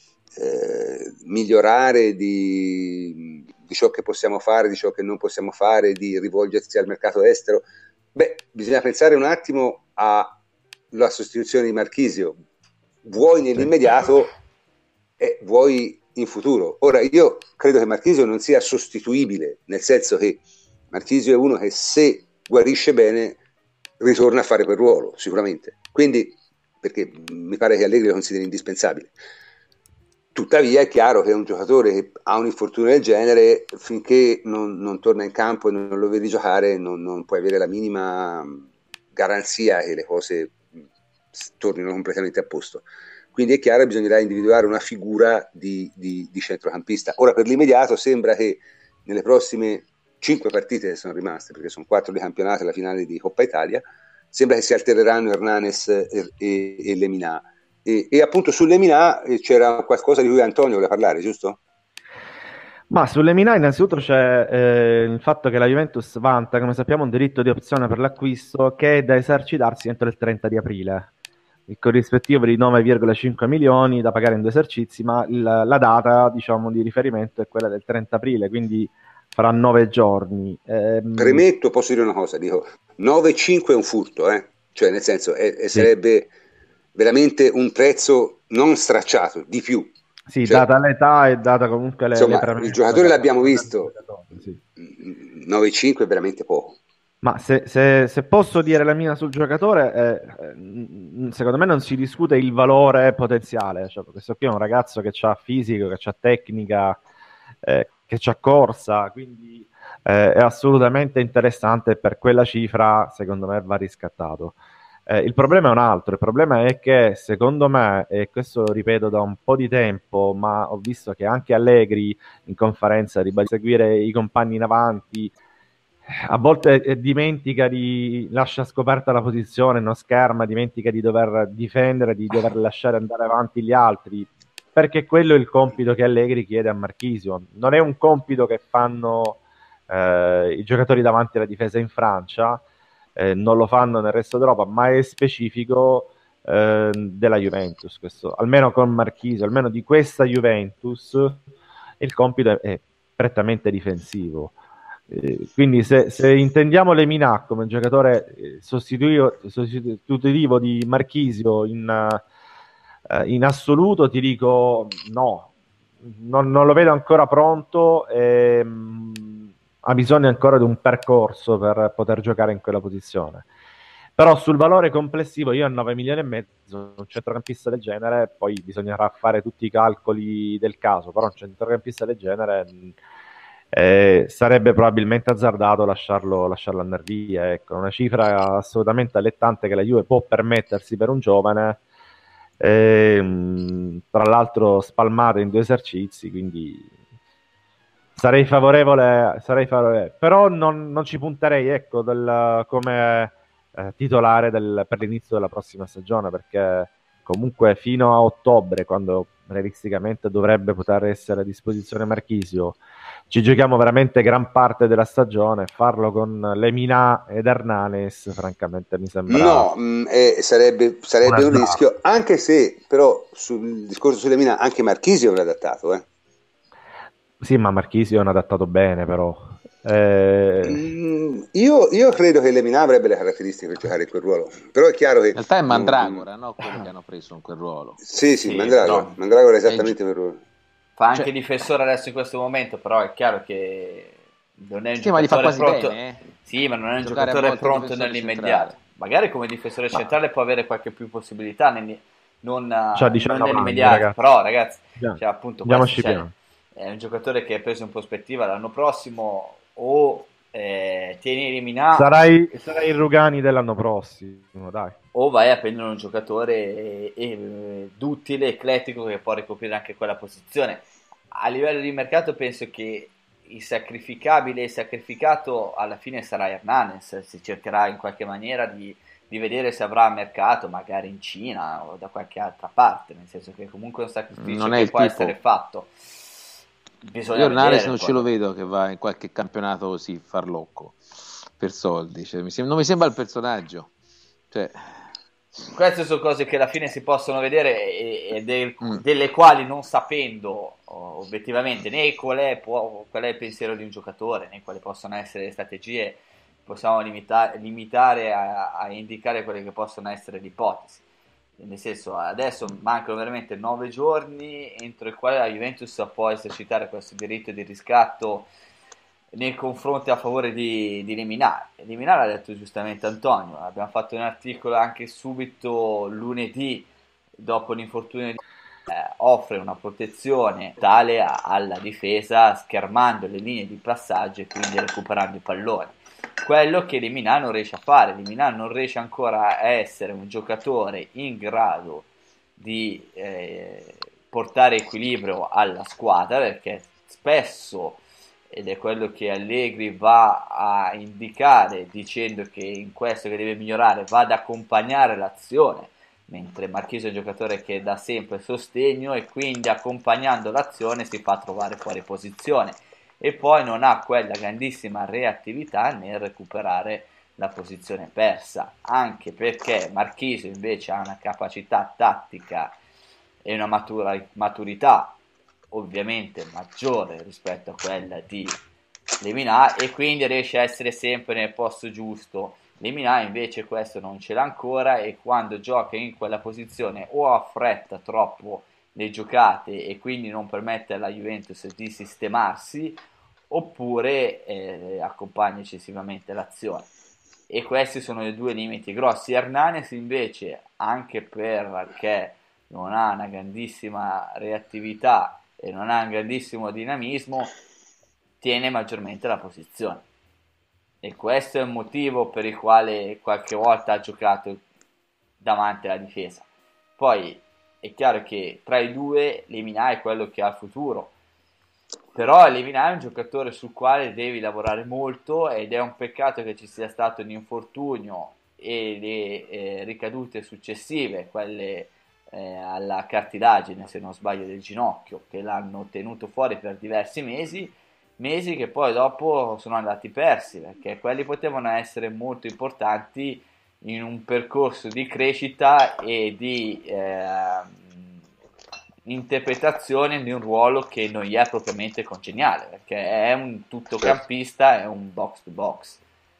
migliorare di ciò che possiamo fare, di ciò che non possiamo fare, di rivolgersi al mercato estero. Bisogna pensare un attimo alla sostituzione di Marchisio, vuoi nell'immediato e vuoi in futuro. Ora io credo che Marchisio non sia sostituibile, nel senso che Marchisio è uno che se guarisce bene ritorna a fare quel ruolo sicuramente, quindi, perché mi pare che Allegri lo consideri indispensabile. Tuttavia è chiaro che un giocatore che ha un infortunio del genere, finché non torna in campo e non lo vedi giocare, non puoi avere la minima garanzia che le cose tornino completamente a posto. Quindi è chiaro che bisognerà individuare una figura di centrocampista. Ora per l'immediato sembra che nelle prossime 5 partite che sono rimaste, perché sono 4 di campionato e la finale di Coppa Italia, sembra che si alterneranno Hernanes e Lemina. E appunto su Lemina c'era qualcosa di cui Antonio voleva parlare, giusto? Ma sulle Lemina innanzitutto c'è il fatto che la Juventus vanta, come sappiamo, un diritto di opzione per l'acquisto che è da esercitarsi entro il 30 di aprile, il corrispettivo di 9,5 milioni da pagare in 2 esercizi, ma la data, diciamo, di riferimento è quella del 30 aprile, quindi farà 9 giorni. Premetto, posso dire una cosa, dico 9,5 è un furto, cioè nel senso sarebbe veramente un prezzo non stracciato, di più. Sì, Cioè, data l'età e data comunque le insomma, il premesse giocatore che l'abbiamo possono avere il visto, giocatore, sì. 9,5 è veramente poco. Ma se posso dire la mia sul giocatore, secondo me non si discute il valore potenziale. Cioè, questo qui è un ragazzo che ha fisico, che ha tecnica, che ha corsa, quindi è assolutamente interessante. Per quella cifra, secondo me, va riscattato. Il problema è un altro, il problema è che secondo me, e questo lo ripeto da un po' di tempo, ma ho visto che anche Allegri in conferenza ribadisce seguire i compagni in avanti, a volte dimentica di lascia scoperta la posizione, non scherma, dimentica di dover difendere, di dover lasciare andare avanti gli altri, perché quello è il compito che Allegri chiede a Marchisio. Non è un compito che fanno i giocatori davanti alla difesa in Francia, non lo fanno nel resto d'Europa, ma è specifico della Juventus, questo. Almeno con Marchisio, almeno di questa Juventus, il compito è prettamente difensivo. Quindi se intendiamo Lemina come un giocatore sostitutivo di Marchisio in assoluto, ti dico no, non lo vedo ancora pronto e ha bisogno ancora di un percorso per poter giocare in quella posizione. Però sul valore complessivo io a 9 milioni e mezzo, un centrocampista del genere, poi bisognerà fare tutti i calcoli del caso, però un centrocampista del genere sarebbe probabilmente azzardato lasciarlo andare via. Ecco, una cifra assolutamente allettante che la Juve può permettersi per un giovane, tra l'altro spalmato in 2 esercizi, quindi sarei favorevole, però non ci punterei, ecco, come titolare per l'inizio della prossima stagione, perché comunque fino a ottobre, quando realisticamente dovrebbe poter essere a disposizione Marchisio, ci giochiamo veramente gran parte della stagione. Farlo con Lemina ed Hernanes, francamente, mi sembra No, un sarebbe un azzardo. rischio, anche se però sul discorso sulle Mina anche Marchisio è un adattato, eh. Sì, ma Marchisio è un adattato bene, però. Eh, Io credo che Lemina avrebbe le caratteristiche per giocare in quel ruolo, però è chiaro In che realtà è Mandragora, no? Quello che hanno preso in quel ruolo. sì, sì, Sì, però Mandragora è È il esattamente per ruolo. fa anche cioè, difensore adesso in questo momento, però è chiaro che non è un sì, ma gli fa giocatore quasi pronto. bene, Sì, ma non è un giocare a giocatore volte pronto difensore nell'immediato. centrale. Magari come difensore ma centrale può avere qualche più possibilità, c'ha non 19 anni, nell'immediato. ragazzi. Però, ragazzi, Andiamo- cioè, appunto, questo Andiamoci cioè, piano. è un giocatore che è preso in prospettiva l'anno prossimo o tieni eliminato Sarai il Rugani dell'anno prossimo, dai. o vai a prendere un giocatore duttile, eclettico che può ricoprire anche quella posizione. A livello di mercato penso che il sacrificabile e il sacrificato alla fine sarà Hernanes, si cercherà in qualche maniera di vedere se avrà mercato magari in Cina o da qualche altra parte, nel senso che comunque è un sacrificio Non è che il può essere tipo. fatto, Io bisogna Hernanes vedere non ce poi. lo vedo che va in qualche campionato così farlocco per soldi. Cioè, non mi sembra il personaggio. Cioè, Queste sono cose che alla fine si possono vedere mm, delle quali non sapendo obiettivamente né qual è il pensiero di un giocatore, né quali possono essere le strategie, possiamo limitare a indicare quelle che possono essere le ipotesi. Nel senso, adesso mancano veramente 9 giorni entro i quali la Juventus può esercitare questo diritto di riscatto nei confronti a favore di Liminare. Liminare l'ha detto giustamente Antonio, abbiamo fatto un articolo anche subito lunedì dopo l'infortunio di offre una protezione tale alla difesa schermando le linee di passaggio e quindi recuperando i palloni. Quello che Lemina non riesce a fare. Lemina non riesce ancora a essere un giocatore in grado di portare equilibrio alla squadra, perché spesso, ed è quello che Allegri va a indicare dicendo che in questo che deve migliorare va ad accompagnare l'azione, mentre Marchisio è un giocatore che dà sempre sostegno e quindi accompagnando l'azione si fa trovare fuori posizione e poi non ha quella grandissima reattività nel recuperare la posizione persa, anche perché Marchisio invece ha una capacità tattica e una maturità ovviamente maggiore rispetto a quella di Lemina e quindi riesce a essere sempre nel posto giusto. Lemina invece questo non ce l'ha ancora e quando gioca in quella posizione o affretta troppo le giocate e quindi non permette alla Juventus di sistemarsi, oppure accompagna eccessivamente l'azione. E questi sono i due limiti grossi. Hernanes invece, anche perché non ha una grandissima reattività e non ha un grandissimo dinamismo, tiene maggiormente la posizione, e questo è il motivo per il quale qualche volta ha giocato davanti alla difesa. Poi è chiaro che tra i due Lemina è quello che ha il futuro, però Lemina è un giocatore sul quale devi lavorare molto, ed è un peccato che ci sia stato un infortunio e le ricadute successive, quelle alla cartilagine, se non sbaglio, del ginocchio, che l'hanno tenuto fuori per diversi mesi che poi dopo sono andati persi, perché quelli potevano essere molto importanti in un percorso di crescita e di interpretazione di un ruolo che non gli è propriamente congeniale, perché è un tuttocampista, è un box to box.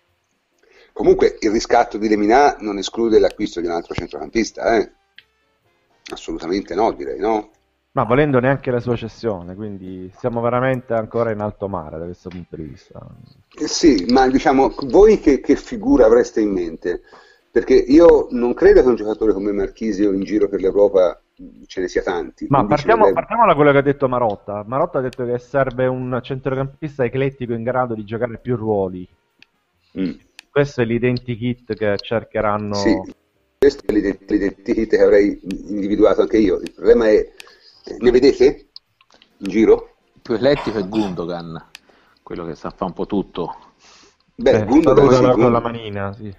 Comunque il riscatto di Lemina non esclude l'acquisto di un altro centrocampista, assolutamente no, direi, no? Ma volendo neanche la sua cessione, quindi siamo veramente ancora in alto mare da questo punto di vista. Sì, ma diciamo, voi che figura avreste in mente? Perché io non credo che un giocatore come Marchisio in giro per l'Europa ce ne sia tanti. Ma quindi partiamo da quello che ha detto Marotta. Marotta ha detto che serve un centrocampista eclettico in grado di giocare più ruoli. Questo è l'identikit che cercheranno. Sì, questo è l'identikit che avrei individuato anche io. Il problema è, ne vedete in giro? Il più eclettico è Gundogan, quello che sa fa un po' tutto. Beh, Gundogan salutalo sì, con la manina, sì.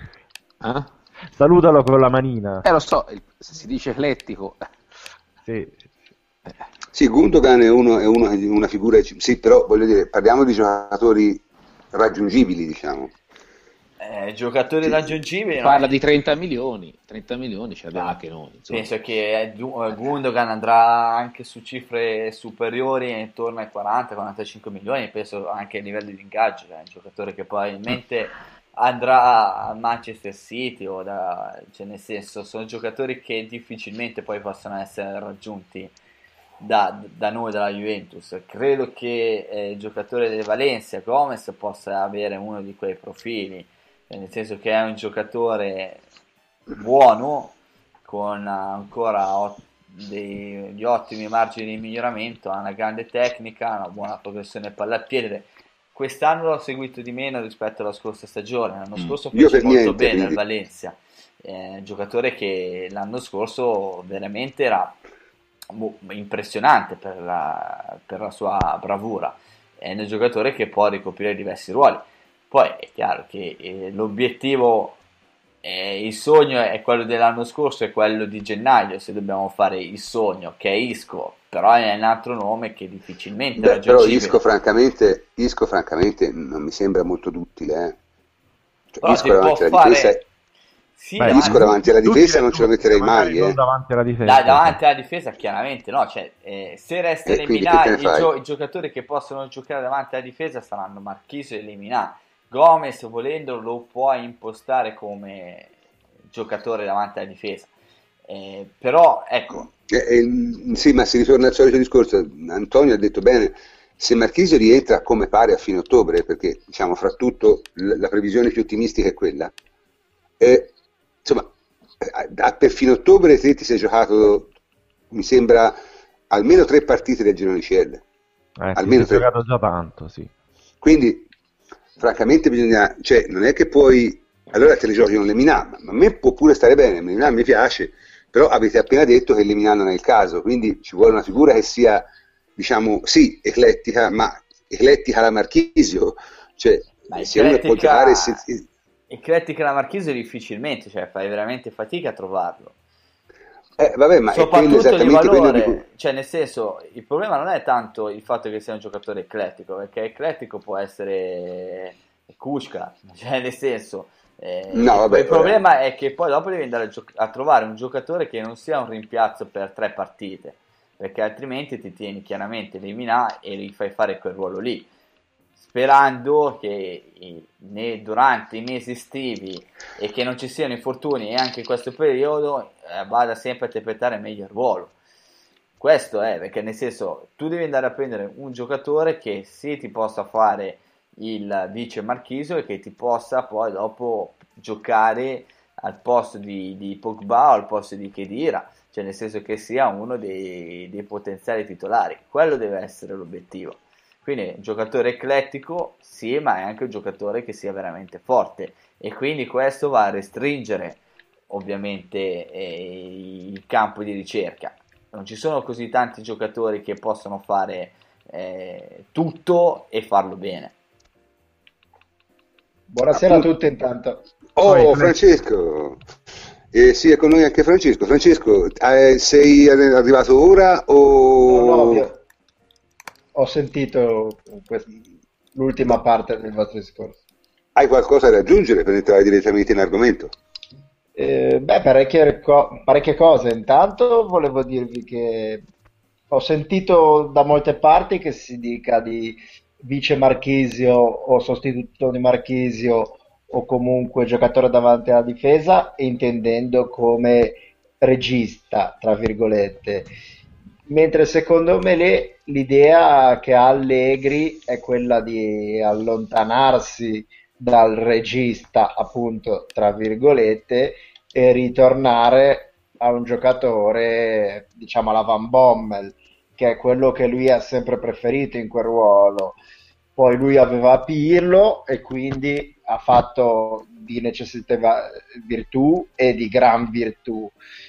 Eh? Salutalo con la manina. Lo so, se si dice eclettico. Sì. Sì, Gundogan è una figura, sì, però voglio dire, parliamo di giocatori raggiungibili, diciamo. Giocatori raggiungibili, Parla di 30 milioni ce l'abbiamo anche noi, insomma. Penso che Gundogan andrà anche su cifre superiori, intorno ai 40-45 milioni, penso anche a livello di ingaggio, è un giocatore che probabilmente andrà a Manchester City cioè nel senso, sono giocatori che difficilmente poi possono essere raggiunti da noi, dalla Juventus. Credo che il giocatore del Valencia, Gomez, possa avere uno di quei profili, nel senso che è un giocatore buono, con ancora degli ottimi margini di miglioramento, ha una grande tecnica, una buona progressione palla al piede. Quest'anno l'ho seguito di meno rispetto alla scorsa stagione, l'anno scorso fece molto bene al Valencia, un giocatore che l'anno scorso veramente era impressionante per la sua bravura, è un giocatore che può ricoprire diversi ruoli. Poi è chiaro che l'obiettivo, il sogno è quello dell'anno scorso, è quello di gennaio, se dobbiamo fare il sogno, che è Isco, però è un altro nome che difficilmente è raggiungibile. Però Isco francamente non mi sembra molto duttile, Cioè, Isco davanti alla difesa, sì, Isco davanti alla difesa non ce lo metterei mai, non davanti alla difesa. Davanti alla difesa chiaramente no, cioè, se resta eliminare i giocatori che possono giocare davanti alla difesa saranno Marchisio e Lemina. Gomez, volendo, lo puoi impostare come giocatore davanti alla difesa, però ecco. Sì, ma si ritorna al solito discorso. Antonio ha detto bene, se Marchisio rientra come pare a fine ottobre, perché diciamo fra tutto la previsione più ottimistica è quella, insomma, per fine ottobre te ti sei giocato, mi sembra, almeno 3 partite del girone CL. Almeno 3. Giocato già tanto, sì. Quindi francamente bisogna, cioè non è che poi allora te le giochi con Lemina, ma a me può pure stare bene, Lemina mi piace, però avete appena detto che Lemina non è il caso, quindi ci vuole una figura che sia, diciamo, sì, eclettica, ma eclettica alla Marchisio, cioè se uno può giocare eclettica alla Marchisio difficilmente, cioè fai veramente fatica a trovarlo. Vabbè, ma soprattutto di valore, cioè nel senso, il problema non è tanto il fatto che sia un giocatore eclettico, perché eclettico può essere Kuška, cioè nel senso, il problema è che poi dopo devi andare a trovare un giocatore che non sia un rimpiazzo per 3 partite, perché altrimenti ti tieni chiaramente Lemina e gli fai fare quel ruolo lì, sperando che durante i mesi estivi e che non ci siano infortuni, e anche in questo periodo vada sempre a interpretare meglio il ruolo. Questo è, perché nel senso, tu devi andare a prendere un giocatore che sì ti possa fare il vice Marchisio e che ti possa poi dopo giocare al posto di Pogba o al posto di Khedira, cioè nel senso che sia uno dei potenziali titolari. Quello deve essere l'obiettivo. Quindi un giocatore eclettico, sì, ma è anche un giocatore che sia veramente forte, e quindi questo va a restringere ovviamente il campo di ricerca. Non ci sono così tanti giocatori che possono fare tutto e farlo bene. Buonasera a tutti intanto. Oh, Francesco! Sì, è con noi anche Francesco. Francesco, sei arrivato ora o... No, ho sentito l'ultima parte del vostro discorso. Hai qualcosa da aggiungere per entrare direttamente in argomento? Parecchie cose. Intanto volevo dirvi che ho sentito da molte parti che si dica di vice Marchisio o sostituto di Marchisio o comunque giocatore davanti alla difesa, intendendo come regista, tra virgolette. Mentre secondo me l'idea che ha Allegri è quella di allontanarsi dal regista, appunto, tra virgolette, e ritornare a un giocatore, diciamo, alla Van Bommel, che è quello che lui ha sempre preferito in quel ruolo. Poi lui aveva Pirlo e quindi ha fatto di necessità virtù e di gran virtù,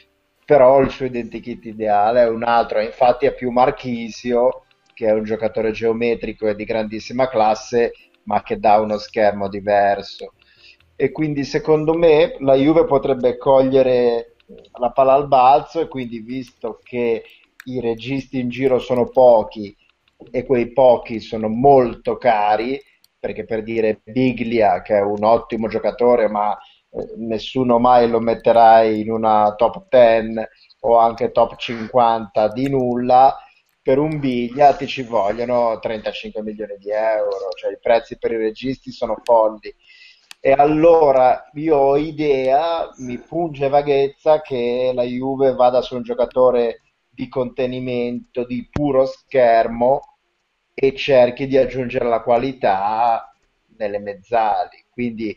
però il suo identikit ideale è un altro, e infatti è più Marchisio, che è un giocatore geometrico e di grandissima classe, ma che dà uno schermo diverso. E quindi secondo me la Juve potrebbe cogliere la palla al balzo, e quindi, visto che i registi in giro sono pochi e quei pochi sono molto cari, perché per dire Biglia, che è un ottimo giocatore, ma nessuno mai lo metterà in una top 10 o anche top 50 di nulla, per un Biglia ti ci vogliono 35 milioni di euro, cioè i prezzi per i registi sono folli. E allora io ho idea, mi punge vaghezza, che la Juve vada su un giocatore di contenimento, di puro schermo, e cerchi di aggiungere la qualità nelle mezzali. Quindi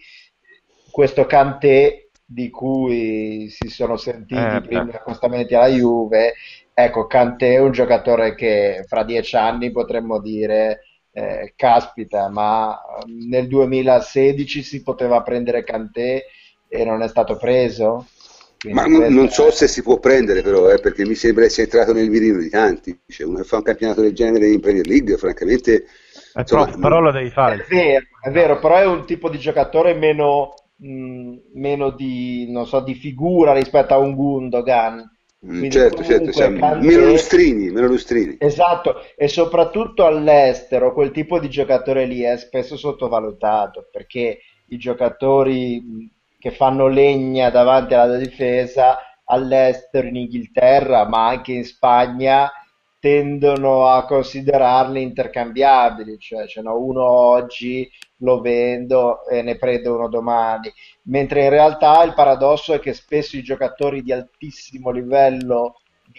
questo Kanté, di cui si sono sentiti i primi accostamenti alla Juve, ecco, Kanté è un giocatore che fra 10 anni potremmo dire caspita, ma nel 2016 si poteva prendere Kanté e non è stato preso. Ma non so se si può prendere, però, perché mi sembra essere entrato nel mirino di tanti. Cioè, uno che fa un campionato del genere in Premier League, francamente, insomma, però lo devi fare. È vero, però è un tipo di giocatore meno di, non so, di figura rispetto a un Gundogan. Certo, cioè, meno lustrini. Esatto, e soprattutto all'estero quel tipo di giocatore lì è spesso sottovalutato, perché i giocatori che fanno legna davanti alla difesa all'estero, in Inghilterra, ma anche in Spagna, tendono a considerarli intercambiabili, cioè ce n'ho uno oggi, lo vendo e ne prendo uno domani, mentre in realtà il paradosso è che spesso i giocatori di altissimo livello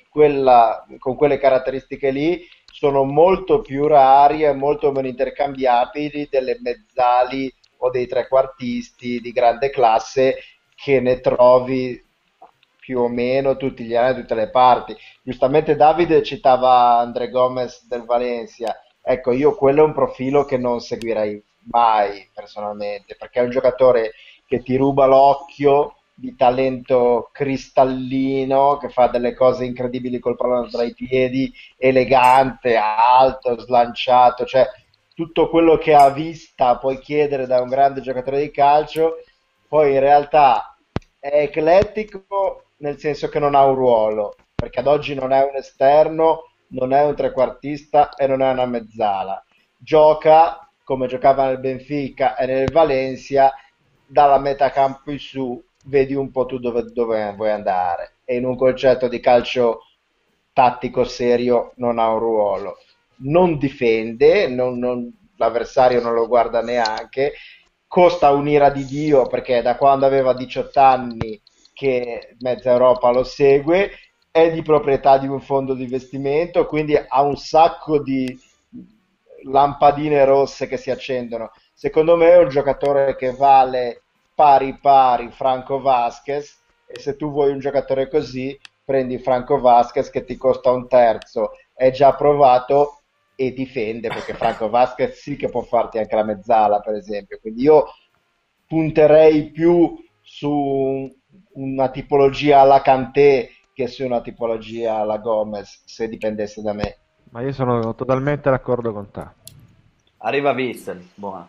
con quelle caratteristiche lì sono molto più rari e molto meno intercambiabili delle mezzali o dei trequartisti di grande classe, che ne trovi più o meno tutti gli anni da tutte le parti. Giustamente Davide citava André Gomes del Valencia. Ecco, io quello è un profilo che non seguirei mai personalmente, perché è un giocatore che ti ruba l'occhio, di talento cristallino, che fa delle cose incredibili col pallone tra i piedi, elegante, alto, slanciato, cioè tutto quello che a vista puoi chiedere da un grande giocatore di calcio. Poi in realtà è eclettico nel senso che non ha un ruolo, perché ad oggi non è un esterno, non è un trequartista e non è una mezzala. Gioca come giocava nel Benfica e nel Valencia, dalla metà campo in su, vedi un po' tu dove vuoi andare, e in un concetto di calcio tattico serio non ha un ruolo. Non difende, l'avversario non lo guarda neanche, costa un'ira di Dio, perché da quando aveva 18 anni che mezza Europa lo segue, è di proprietà di un fondo di investimento, quindi ha un sacco di lampadine rosse che si accendono. Secondo me è un giocatore che vale pari pari Franco Vasquez, e se tu vuoi un giocatore così, prendi Franco Vasquez che ti costa un terzo, è già provato e difende, perché Franco Vasquez sì che può farti anche la mezzala, per esempio. Quindi io punterei più su una tipologia alla Kanté che su una tipologia alla Gomez, se dipendesse da me. Ma io sono totalmente d'accordo con te. Arriva Witsel, buona.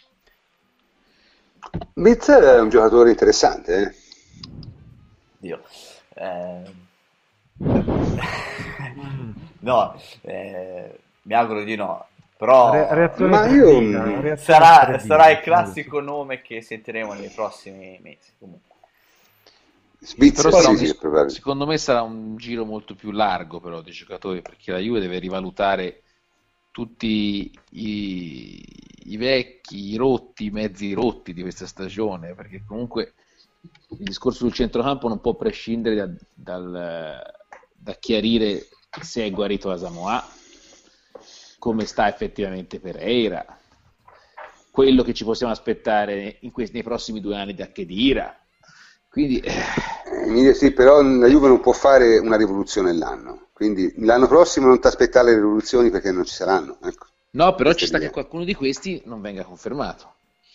Witzel è un giocatore interessante, Dio. No, mi auguro di no. Però Reazione Ma io- trebbina, reazione trebbina. sarà il classico nome che sentiremo nei prossimi mesi. Comunque. Svizzera, Però sì, sì, sì, probabile. secondo me sarà un giro molto più largo però dei giocatori, perché la Juve deve rivalutare tutti i vecchi, i rotti, i mezzi rotti di questa stagione, perché comunque il discorso sul centrocampo non può prescindere da chiarire se è guarito Asamoah, come sta effettivamente Pereira, quello che ci possiamo aspettare nei prossimi 2 anni da Khedira. Quindi Emilio, sì, però la Juve non può fare una rivoluzione l'anno, quindi l'anno prossimo non ti aspettare le rivoluzioni perché non ci saranno. Ecco. no, però Questa ci è sta l'idea. che qualcuno di questi non venga confermato.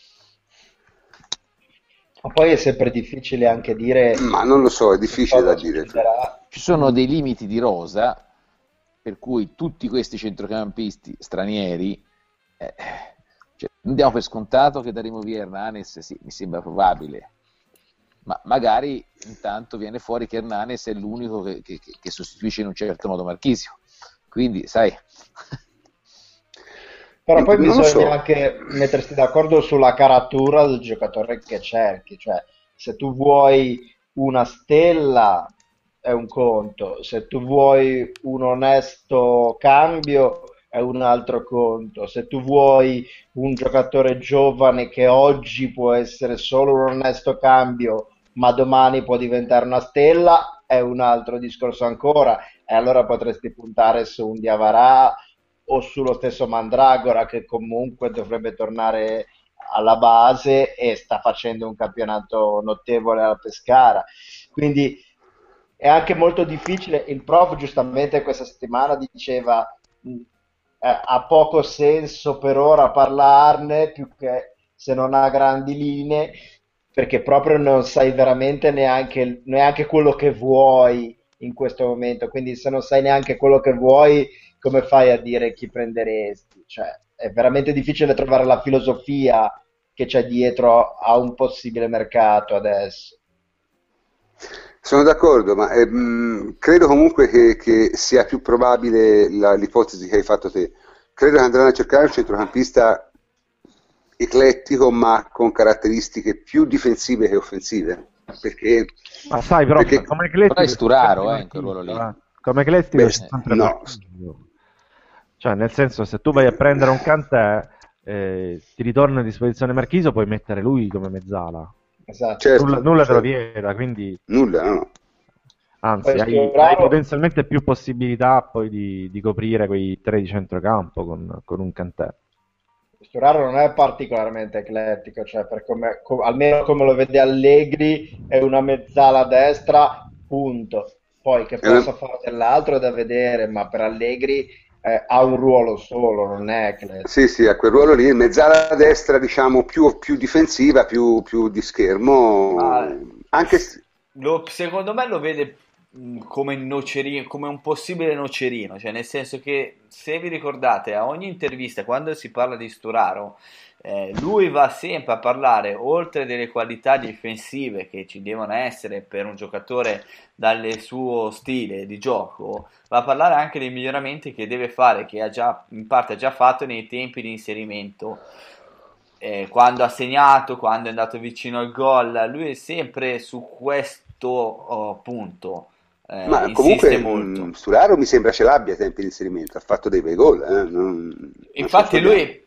Ma poi è sempre difficile anche dire Ma non lo so, è difficile cosa da dire. succederà. Ci sono dei limiti di rosa per cui tutti questi centrocampisti stranieri, cioè, non diamo per scontato che daremo via Hernanes, sì, mi sembra probabile, ma magari intanto viene fuori che Hernanes è l'unico che sostituisce in un certo modo Marchisio, quindi sai. Però poi Non lo bisogna so. anche mettersi d'accordo sulla caratura del giocatore che cerchi, cioè se tu vuoi una stella è un conto, se tu vuoi un onesto cambio è un altro conto, se tu vuoi un giocatore giovane che oggi può essere solo un onesto cambio, ma domani può diventare una stella, è un altro discorso ancora, e allora potresti puntare su un Diawara o sullo stesso Mandragora, che comunque dovrebbe tornare alla base e sta facendo un campionato notevole alla Pescara. Quindi è anche molto difficile. Il prof giustamente questa settimana diceva ha poco senso per ora parlarne, più che se non ha grandi linee, perché proprio non sai veramente neanche quello che vuoi in questo momento. Quindi se non sai neanche quello che vuoi, come fai a dire chi prenderesti? Cioè, è veramente difficile trovare la filosofia che c'è dietro a un possibile mercato adesso. Sono d'accordo, ma credo comunque che sia più probabile l'ipotesi che hai fatto te. Credo che andranno a cercare un centrocampista eclettico, ma con caratteristiche più difensive che offensive. Perché, Ma sai, però, perché come Ecletico Però è Sturaro, sempre in quel ruolo lì. partito, come Ecletico beh, è sempre no, partito. Cioè, nel senso, se tu vai a prendere un Kanté, ti ritorna a disposizione Marchisio, puoi mettere lui come mezzala. Esatto. certo, Nulla te lo certo. vieta, quindi Nulla, no. anzi, Poi hai Sturaro, potenzialmente più possibilità poi di coprire quei 3 di centrocampo con un Kanté. Sturaro non è particolarmente eclettico, cioè almeno come lo vede Allegri è una mezzala a destra, punto. Poi che È una- possa fare dell'altro è da vedere, ma per Allegri ha un ruolo solo, non è eclettico. Sì, sì, a quel ruolo lì, mezzala a destra, diciamo, più difensiva, più di schermo, Ma anche se... secondo me lo vede come nocerino, come un possibile nocerino, cioè nel senso che se vi ricordate a ogni intervista quando si parla di Sturaro lui va sempre a parlare oltre delle qualità difensive che ci devono essere per un giocatore dal suo stile di gioco, va a parlare anche dei miglioramenti che deve fare, che ha già in parte ha già fatto nei tempi di inserimento, quando ha segnato, quando è andato vicino al gol. Lui è sempre su questo punto, Ma insiste comunque molto. Sturaro mi sembra ce l'abbia ai tempi di inserimento, ha fatto dei bei gol, non ci Infatti affondiamo. lui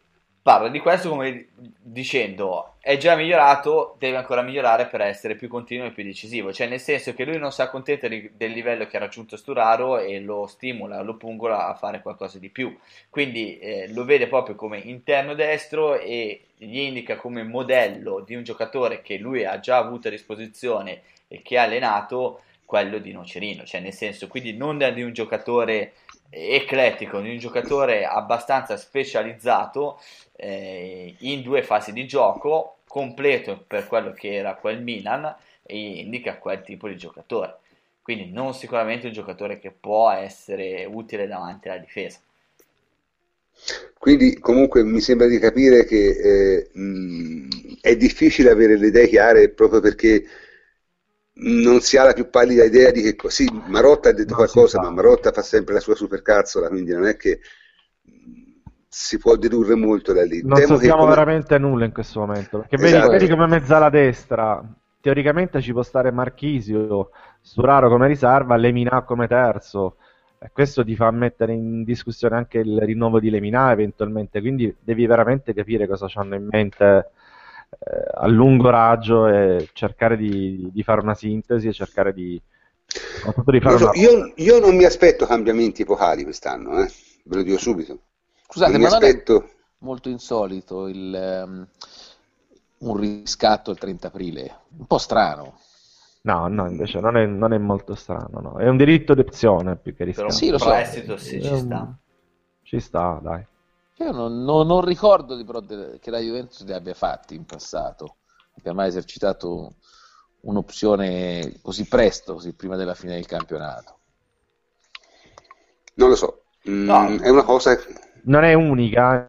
parla di questo come dicendo è già migliorato, deve ancora migliorare per essere più continuo e più decisivo, cioè nel senso che lui non si accontenta del livello che ha raggiunto Sturaro e lo stimola, lo pungola a fare qualcosa di più, quindi lo vede proprio come interno destro e gli indica come modello di un giocatore che lui ha già avuto a disposizione e che ha allenato quello di Nocerino, cioè nel senso quindi non di un giocatore eclettico, di un giocatore abbastanza specializzato in due fasi di gioco, completo per quello che era quel Milan e indica quel tipo di giocatore, quindi non sicuramente un giocatore che può essere utile davanti alla difesa. Quindi comunque mi sembra di capire che è difficile avere le idee chiare proprio perché non si ha la più pallida idea di che cosa. Sì, Marotta ha detto qualcosa, ma Marotta fa sempre la sua supercazzola, quindi non è che si può dedurre molto da lì. Non sappiamo veramente nulla in questo momento, perché Esatto. vedi come mezzala destra, teoricamente ci può stare Marchisio, Sturaro come riserva, Lemina come terzo, e questo ti fa mettere in discussione anche il rinnovo di Lemina eventualmente, quindi devi veramente capire cosa hanno in mente a lungo raggio e cercare di fare una sintesi e cercare di fare io non mi aspetto cambiamenti epocali quest'anno, ve lo dico subito. Scusate, ma non è molto insolito un riscatto il 30 aprile? Un po' strano. No, invece non è molto strano, no. È un diritto d'opzione più che riscatto. Sì, lo so. Prestito, sì, ci sta. Ci sta, dai. Io non ricordo che la Juventus li abbia fatti in passato, abbia mai esercitato un'opzione così presto, così prima della fine del campionato. Non lo so, no. È una cosa... Non è unica.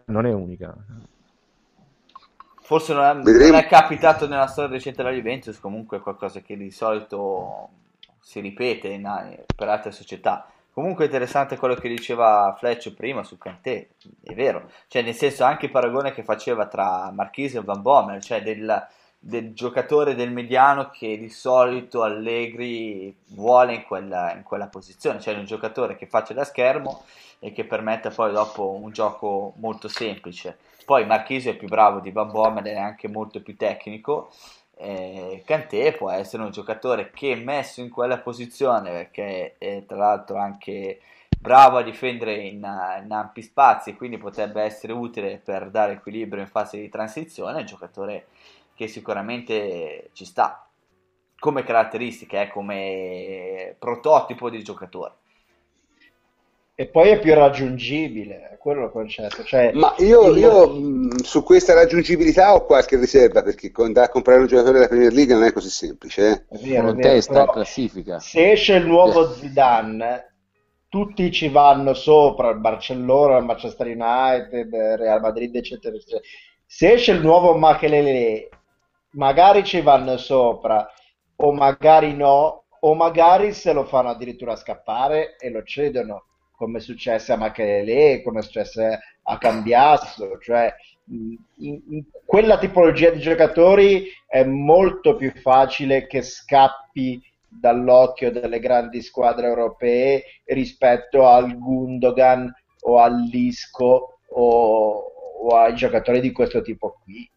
Forse non è capitato nella storia recente della Juventus, comunque è qualcosa che di solito si ripete per altre società. Comunque è interessante quello che diceva Fletch prima su Kanté, è vero, cioè nel senso anche il paragone che faceva tra Marchisio e Van Bommel, cioè del giocatore del mediano che di solito Allegri vuole in quella posizione, cioè un giocatore che faccia da schermo e che permetta poi dopo un gioco molto semplice. Poi Marchisio è più bravo di Van Bommel, è anche molto più tecnico. Kanté può essere un giocatore che messo in quella posizione, perché è tra l'altro anche bravo a difendere in ampi spazi, quindi potrebbe essere utile per dare equilibrio in fase di transizione, è un giocatore che sicuramente ci sta come caratteristiche, come prototipo di giocatore. E poi è più raggiungibile, è quello il concetto. Cioè, ma io su questa raggiungibilità ho qualche riserva, perché andare a comprare un giocatore della Premier League non è così semplice. È vero, testa in classifica. Se esce il nuovo Zidane, tutti ci vanno sopra, il Barcellona, il Manchester United, il Real Madrid, eccetera, eccetera. Se esce il nuovo Makelele, magari ci vanno sopra, o magari no, o magari se lo fanno addirittura scappare e lo cedono, come è successo a Makelele, come è successo a Cambiasso, cioè in quella tipologia di giocatori è molto più facile che scappi dall'occhio delle grandi squadre europee rispetto al Gundogan o all'Isco o ai giocatori di questo tipo qui.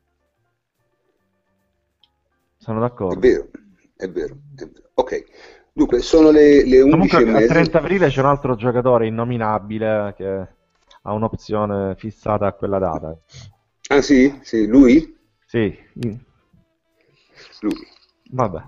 Sono d'accordo. È vero. Ok. Dunque, sono le 11:30. Comunque, a 30 aprile c'è un altro giocatore innominabile che ha un'opzione fissata a quella data. Ah sì? Lui? Sì. Lui. Vabbè.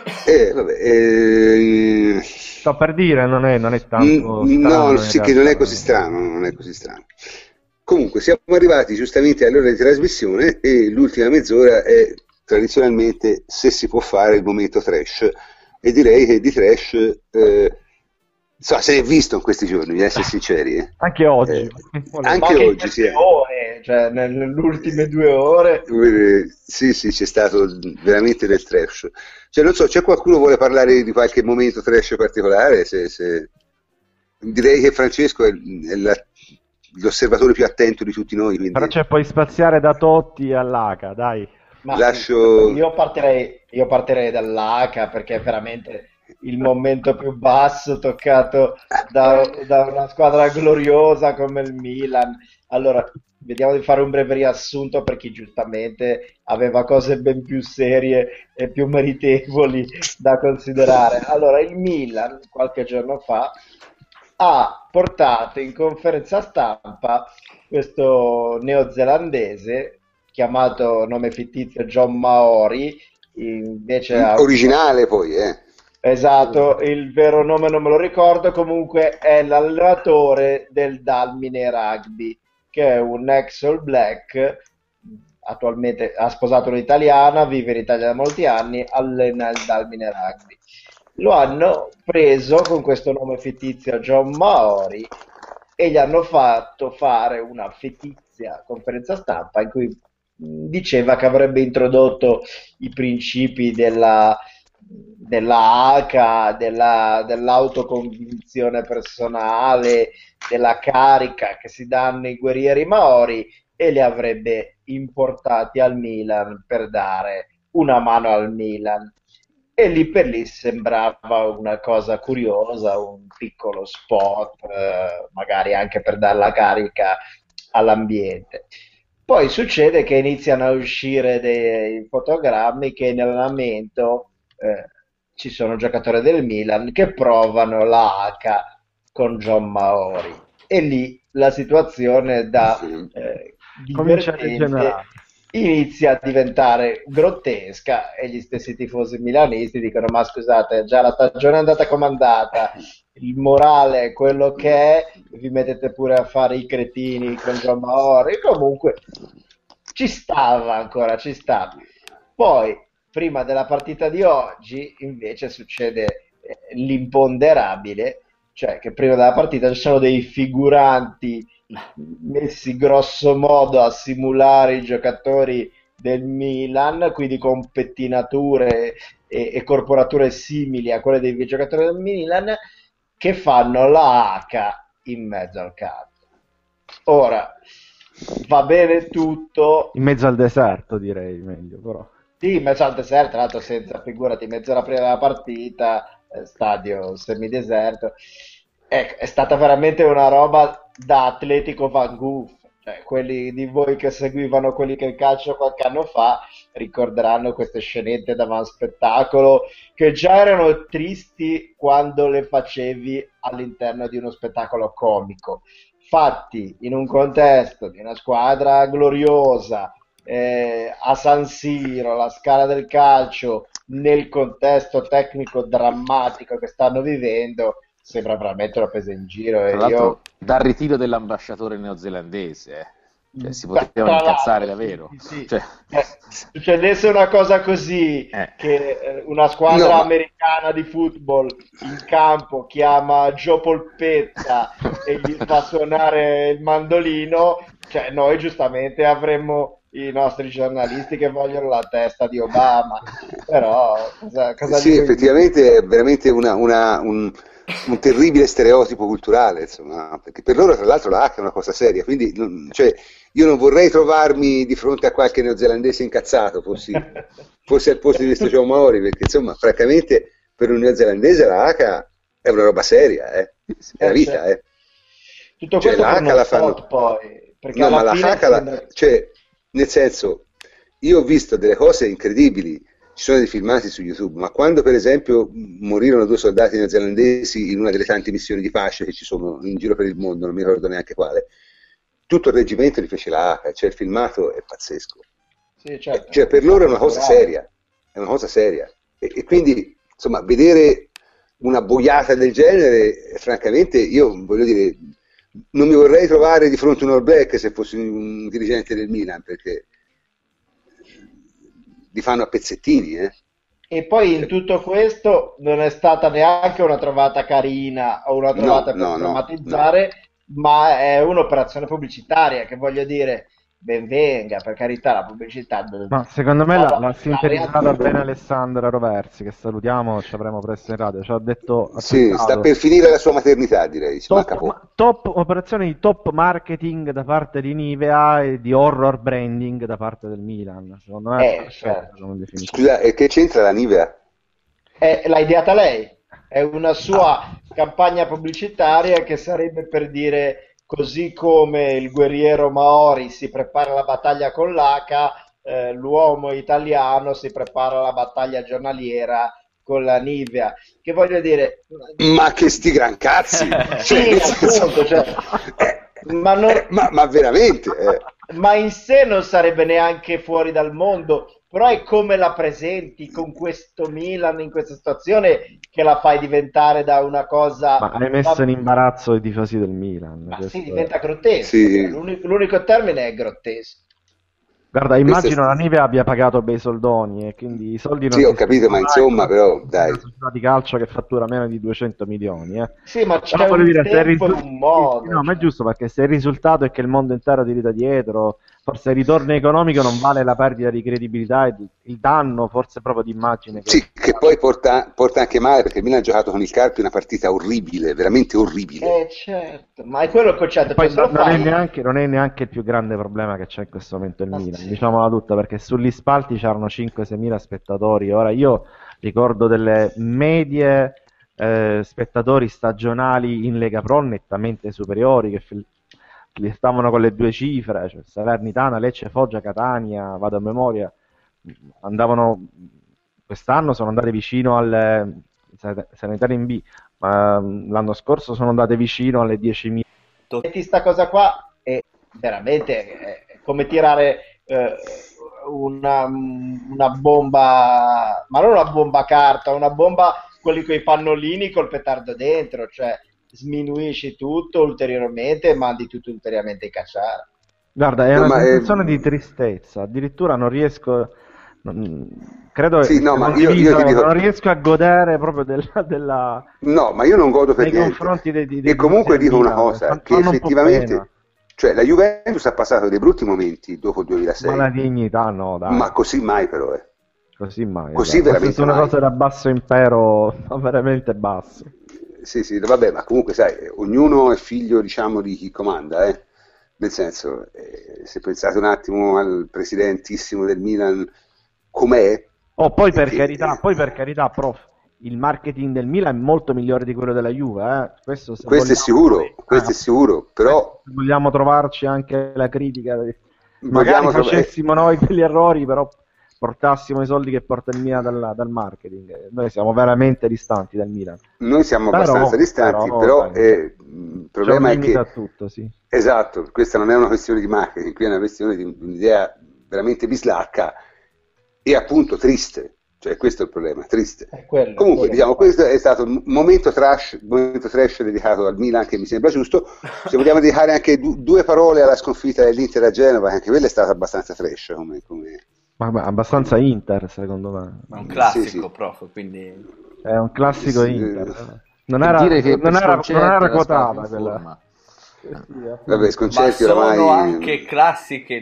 Sto per dire, non è tanto strano. No, sì, che non è così strano, Comunque, siamo arrivati giustamente all'ora di trasmissione e l'ultima mezz'ora è tradizionalmente, se si può fare, il momento trash. E direi che di trash se ne è visto in questi giorni, di essere sinceri. Anche oggi. Anche oggi, sì. Ore, cioè nelle ultime 2 ore. Sì, c'è stato veramente del trash. Cioè, non so, c'è qualcuno che vuole parlare di qualche momento trash particolare? Direi che Francesco è l'osservatore più attento di tutti noi. Quindi... Però puoi spaziare da Totti all'Aca, dai. Ma io partirei dall'H perché è veramente il momento più basso toccato da una squadra gloriosa come il Milan. Allora, vediamo di fare un breve riassunto per chi giustamente aveva cose ben più serie e più meritevoli da considerare. Allora, il Milan qualche giorno fa ha portato in conferenza stampa questo neozelandese chiamato nome fittizio John Maori, invece Originale poi, esatto, il vero nome non me lo ricordo, comunque è l'allenatore del Dalmine Rugby, che è un ex All Black, attualmente ha sposato un'italiana, vive in Italia da molti anni, allena il Dalmine Rugby. Lo hanno preso con questo nome fittizio John Maori e gli hanno fatto fare una fittizia conferenza stampa in cui diceva che avrebbe introdotto i principi della ACA, dell'autoconvinzione personale, della carica che si danno i guerrieri Maori e li avrebbe importati al Milan per dare una mano al Milan. E lì per lì sembrava una cosa curiosa, un piccolo spot, magari anche per dare la carica all'ambiente. Poi succede che iniziano a uscire dei fotogrammi che in allenamento ci sono giocatori del Milan che provano la H con John Maori. E lì la situazione da Comincia a divertente degenerare. inizia a diventare grottesca e gli stessi tifosi milanisti dicono: ma scusate, già la stagione è andata comandata, il morale è quello che è, vi mettete pure a fare i cretini con John Maori. Comunque ci stava ancora, ci stava. Poi, prima della partita di oggi, invece succede l'imponderabile, cioè che prima della partita ci sono dei figuranti messi grosso modo a simulare i giocatori del Milan, quindi con pettinature e corporature simili a quelle dei giocatori del Milan, che fanno la H in mezzo al campo. Ora, va bene tutto. In mezzo al deserto, direi meglio, però. Sì, in mezzo al deserto, tra l'altro senza, figurati, mezz'ora prima della partita, stadio semideserto. Ecco, è stata veramente una roba da Atletico Van Goof. Cioè, quelli di voi che seguivano quelli che il calcio qualche anno fa ricorderanno queste scenette da man spettacolo che già erano tristi quando le facevi all'interno di uno spettacolo comico, fatti in un contesto di una squadra gloriosa, a San Siro, la Scala del Calcio, nel contesto tecnico drammatico che stanno vivendo, sembra veramente una presa in giro. Tra E l'altro, io dal ritiro dell'ambasciatore neozelandese, cioè, si Tra potevano incazzare l'altro, davvero. sì, sì, sì. Cioè, Succedesse una cosa così, che una squadra No, ma americana di football in campo chiama Joe Polpetta e gli fa suonare il mandolino, cioè noi giustamente avremmo i nostri giornalisti che vogliono la testa di Obama, però cosa gli sì, vuoi dire? effettivamente è veramente un terribile stereotipo culturale, insomma, perché per loro tra l'altro la H è una cosa seria, quindi cioè, io non vorrei trovarmi di fronte a qualche neozelandese incazzato, fossi al posto di questo Joe Maori, perché insomma, francamente, per un neozelandese la H è una roba seria, è la vita, Certo. Tutto Cioè questo la per H uno la fanno... spot poi, perché No, ma alla la fine H, sembra... cioè, nel senso, io ho visto delle cose incredibili, ci sono dei filmati su YouTube, ma quando per esempio morirono 2 soldati neozelandesi in una delle tante missioni di pace che ci sono in giro per il mondo, non mi ricordo neanche quale, tutto il reggimento li fece la H, cioè il filmato è pazzesco. Sì, certo, Cioè per loro è una cosa culturale. seria, è una cosa seria. E quindi, insomma, vedere una boiata del genere, francamente, io voglio dire, non mi vorrei trovare di fronte a un All Black se fossi un dirigente del Milan, perché li fanno a pezzettini, eh. E poi in Cioè, tutto questo non è stata neanche una trovata carina o una no, trovata per no, no, no. drammatizzare, ma è un'operazione pubblicitaria che voglio dire, ben venga, per carità, la pubblicità Ma secondo me l'ha la sintetizzata bene reazione. Alessandra Roversi, che salutiamo, ci avremo presto in radio. Ci ha detto, ha Sì, sta twittato, per finire la sua maternità, direi, ci manca poco. top operazione di top marketing da parte di Nivea e di horror branding da parte del Milan. Secondo me è perfetta Certo. come definizione. Scusa, e che c'entra la Nivea? L'ha ideata lei, è una Ah, sua campagna pubblicitaria che sarebbe per dire così come il guerriero Maori si prepara alla battaglia con l'Aka, l'uomo italiano si prepara alla battaglia giornaliera con la Nivea, che voglio dire, Ma che sti gran cazzi! Cioè, sì, nel senso- appunto, cioè, ma non, ma veramente, ma in sé non sarebbe neanche fuori dal mondo, però è come la presenti con questo Milan in questa situazione che la fai diventare da una cosa... Ma hai messo in imbarazzo i tifosi del Milan. Ma questo sì, è- diventa grottesco, Sì. cioè, l'unico termine è grottesco. Guarda, Questo immagino è- la Nive abbia pagato bei soldoni e quindi i soldi non Sì, ho si capito, ma spendono mai insomma, però, in dai. una società di calcio che fattura meno di 200 milioni. Sì, ma Però c'è voglio un dire, se il tempo e risultato... un modo. No, ma è Cioè. giusto perché se il risultato è che il mondo intero ti rida dietro, forse il ritorno economico non vale la perdita di credibilità e il danno forse proprio di immagine Sì, che poi porta anche male perché il Milan ha giocato con il Carpi una partita orribile, veramente orribile. Certo, ma è quello il concetto, Poi cioè, se lo non è fai... neanche il più grande problema che c'è in questo momento il Ma Milan, sì. diciamola tutta, perché sugli spalti c'erano 5-6 mila spettatori. Ora io ricordo delle medie spettatori stagionali in Lega Pro nettamente superiori che stavano con le due cifre, cioè Salernitana, Lecce, Foggia, Catania, vado a memoria, andavano quest'anno sono andate vicino alle Salernitana in B, ma l'anno scorso sono andate vicino alle 10.000. Metti sta cosa qua è veramente come tirare una bomba, ma non una bomba a carta, una bomba, quelli con i pannolini col petardo dentro, cioè sminuisci tutto ulteriormente e mandi tutto ulteriormente in cacciara. Guarda, è No, una ma sensazione di tristezza, addirittura non riesco, credo Sì, che no, sia ma condiviso, io ti dico, non riesco a godere proprio no, ma io non godo per nei niente. confronti dei E comunque del dico una Milan, cosa, che fanno un po' pena, effettivamente, cioè la Juventus ha passato dei brutti momenti dopo il ma 2006, la dignità no, dai, ma così mai però, così mai, così dai. Queste veramente sono mai. cose da basso impero, veramente basse. Sì, vabbè, ma comunque sai, ognuno è figlio, diciamo, di chi comanda, eh? Nel senso, se pensate un attimo al presidentissimo del Milan com'è, Oh, poi per che carità, prof, il marketing del Milan è molto migliore di quello della Juve, Questo se questo è vogliamo sicuro, poi- questo è sicuro, però se vogliamo trovarci anche la critica, magari vogliamo trovare... facessimo noi quegli errori, però portassimo i soldi che porta il Milan dal marketing. Noi siamo veramente distanti dal Milan. Noi siamo Però, abbastanza distanti, però dai, il c'è un problema è limite che, a tutto, sì. esatto, questa non è una questione di marketing, qui è una questione di un'idea veramente bislacca e appunto triste, cioè questo è il problema, triste. È quello, Comunque, quello. diciamo, questo è stato un momento trash dedicato al Milan che mi sembra giusto. Se vogliamo dedicare anche due parole alla sconfitta dell'Inter a Genova, che anche quella è stata abbastanza trash Ma abbastanza Inter, secondo me. È un classico, Sì, sì. prof, quindi È un classico Sì, Inter. Non Per era, dire che per non era sconcerti la quotata squadra in quella. forma. Vabbè, ma sconcerti sono oramai. anche classiche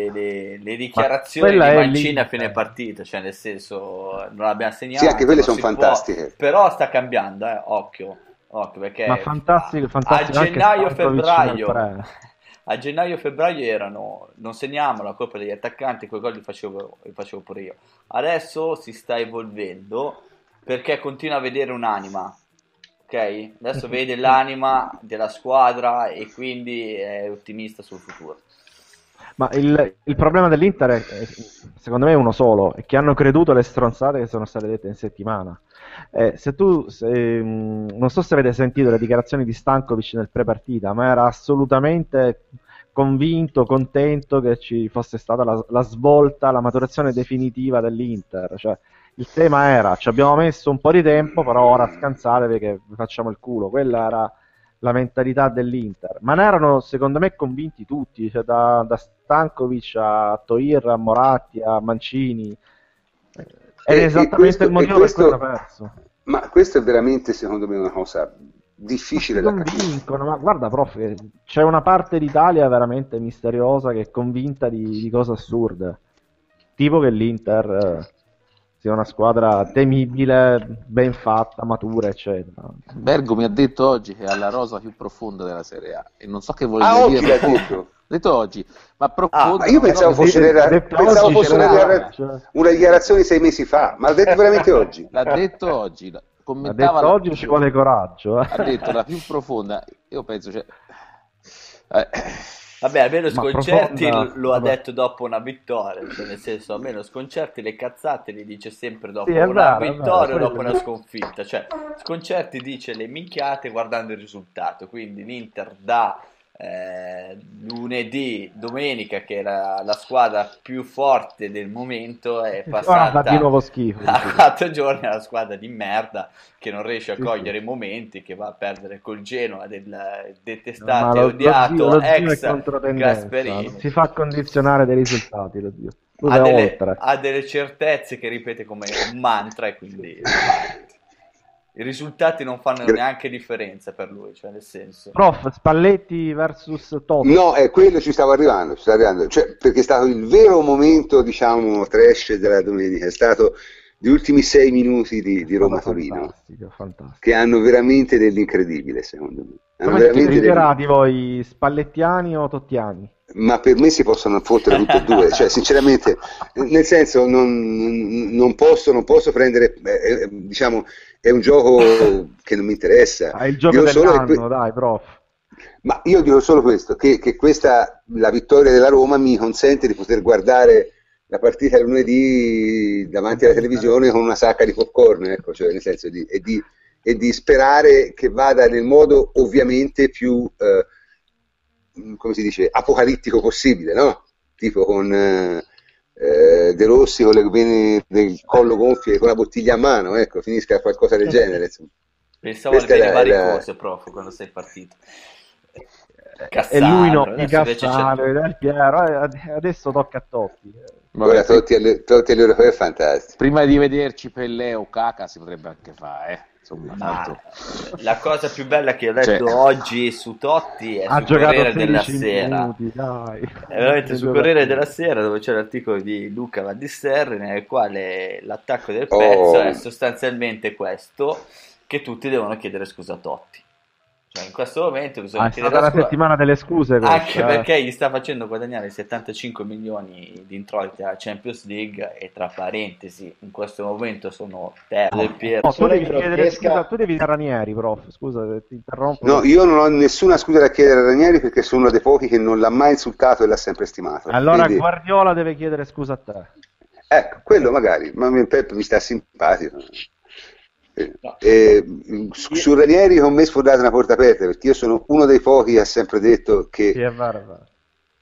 le dichiarazioni quella di è Mancini a l'Inter. fine partita, cioè nel senso non abbiamo segnato, Sì, anche quelle non sono si può, fantastiche. però sta cambiando, occhio, perché Ma fantastico a anche gennaio-febbraio Stankovic nel a gennaio-febbraio erano non segniamo, la colpa degli attaccanti, quei gol li facevo pure io. Adesso si sta evolvendo perché continua a vedere un'anima, ok? Adesso vede l'anima della squadra e quindi è ottimista sul futuro. Ma il problema dell'Inter secondo me è uno solo, è che hanno creduto alle stronzate che sono state dette in settimana. Non so se avete sentito le dichiarazioni di Stankovic nel pre-partita, ma era assolutamente convinto, contento che ci fosse stata la svolta, la maturazione definitiva dell'Inter. Cioè, il tema era, ci abbiamo messo un po' di tempo, però ora scansatevi che vi facciamo il culo. Quella era la mentalità dell'Inter, ma ne erano secondo me convinti tutti, cioè da Stankovic a Toir, a Moratti, a Mancini. È esattamente il motivo per cui hanno perso. Ma questo è veramente, secondo me, una cosa difficile da capire. Convincono, ma guarda, prof, c'è una parte d'Italia veramente misteriosa che è convinta di cose assurde, tipo che l'Inter sia una squadra temibile, ben fatta, matura, eccetera. Bergo mi ha detto oggi che ha la rosa più profonda della Serie A e non so che vuol Ah, oggi dire. l'ha detto? L'ha detto oggi, ma profonda. Ma io pensavo fosse una dichiarazione di 6 mesi fa, ma l'ha detto veramente oggi? L'ha detto oggi, Ha commentava detto oggi ci vuole coraggio. ha detto la più profonda. Io penso, cioè, Vabbè, almeno Ma Sconcerti profonda, lo ha vabbè. detto dopo una vittoria, cioè nel senso, almeno Sconcerti le cazzate le dice sempre dopo Sì, è una vero, vittoria o quello dopo una sconfitta, cioè Sconcerti dice le minchiate guardando il risultato, quindi l'Inter da lunedì, domenica, che era la squadra più forte del momento, è Ora fa di passata nuovo schifo. a 4 giorni alla squadra di merda che non riesce a Sì, cogliere sì. i momenti, che va a perdere col Genoa del Ma detestato e lo odiato zio è ex controtendenza, Gasperini. si fa condizionare dai risultati lo zio. Lui Ha è delle, oltre. ha delle certezze che ripete come un mantra e quindi i risultati non fanno neanche differenza per lui, cioè nel senso. Prof, Spalletti versus Totti. No, è quello, ci stavo arrivando, cioè, perché è stato il vero momento, diciamo, trash della domenica, è stato gli ultimi 6 minuti di Roma-Torino, Fantastico. che hanno veramente dell'incredibile, secondo me. Hanno Come siete veramente ritirati voi, spallettiani o tottiani? Ma per me si possono fottere tutte e due, cioè sinceramente, nel senso non posso prendere, diciamo, è un gioco che non mi interessa. Il gioco Dico solo che dell'anno, dai, prof. Ma io dico solo questo, che questa, la vittoria della Roma mi consente di poter guardare la partita lunedì davanti alla televisione con una sacca di popcorn, ecco, cioè nel senso e di sperare che vada nel modo ovviamente più, come si dice, apocalittico possibile, no? Tipo con De Rossi con le vene del collo gonfie con la bottiglia a mano, ecco, finisca qualcosa del genere. Insomma. Pensavo alle Questa vene era- varicose, prof, quando sei partito. E lui no, Cassano, di adesso invece c'è- Cassano, Del Piero, adesso tocca a Totti. Ora Totti all'Europeo è fantastico. Prima di vederci Pellè o Caca si potrebbe anche fare, insomma, Ma tanto. la cosa più bella che ho letto Cioè- oggi su Totti è Ha sul giocato Corriere della 16 Sera. minuti, dai. È veramente sul Corriere della Sera, dove c'è l'articolo di Luca Valdisterri nel quale l'attacco del pezzo è sostanzialmente questo, che tutti devono chiedere scusa a Totti. Cioè in questo momento bisogna È chiedere stata la scusa, settimana delle scuse questa, anche perché gli sta facendo guadagnare 75 milioni di introiti alla Champions League e tra parentesi in questo momento sono terzo del Piero. Tu devi Solo in chiedere grottesca- scusa, tu devi dire a Ranieri, prof. Scusa se ti interrompo. No, io non ho nessuna scusa da chiedere a Ranieri perché sono uno dei pochi che non l'ha mai insultato e l'ha sempre stimato. Allora Quindi, Guardiola deve chiedere scusa a te. ecco, quello magari, ma Pep mi sta simpatico. No. Su Ranieri con me sfondate una porta aperta perché io sono uno dei pochi che ha sempre detto che Sì, è vero, è vero.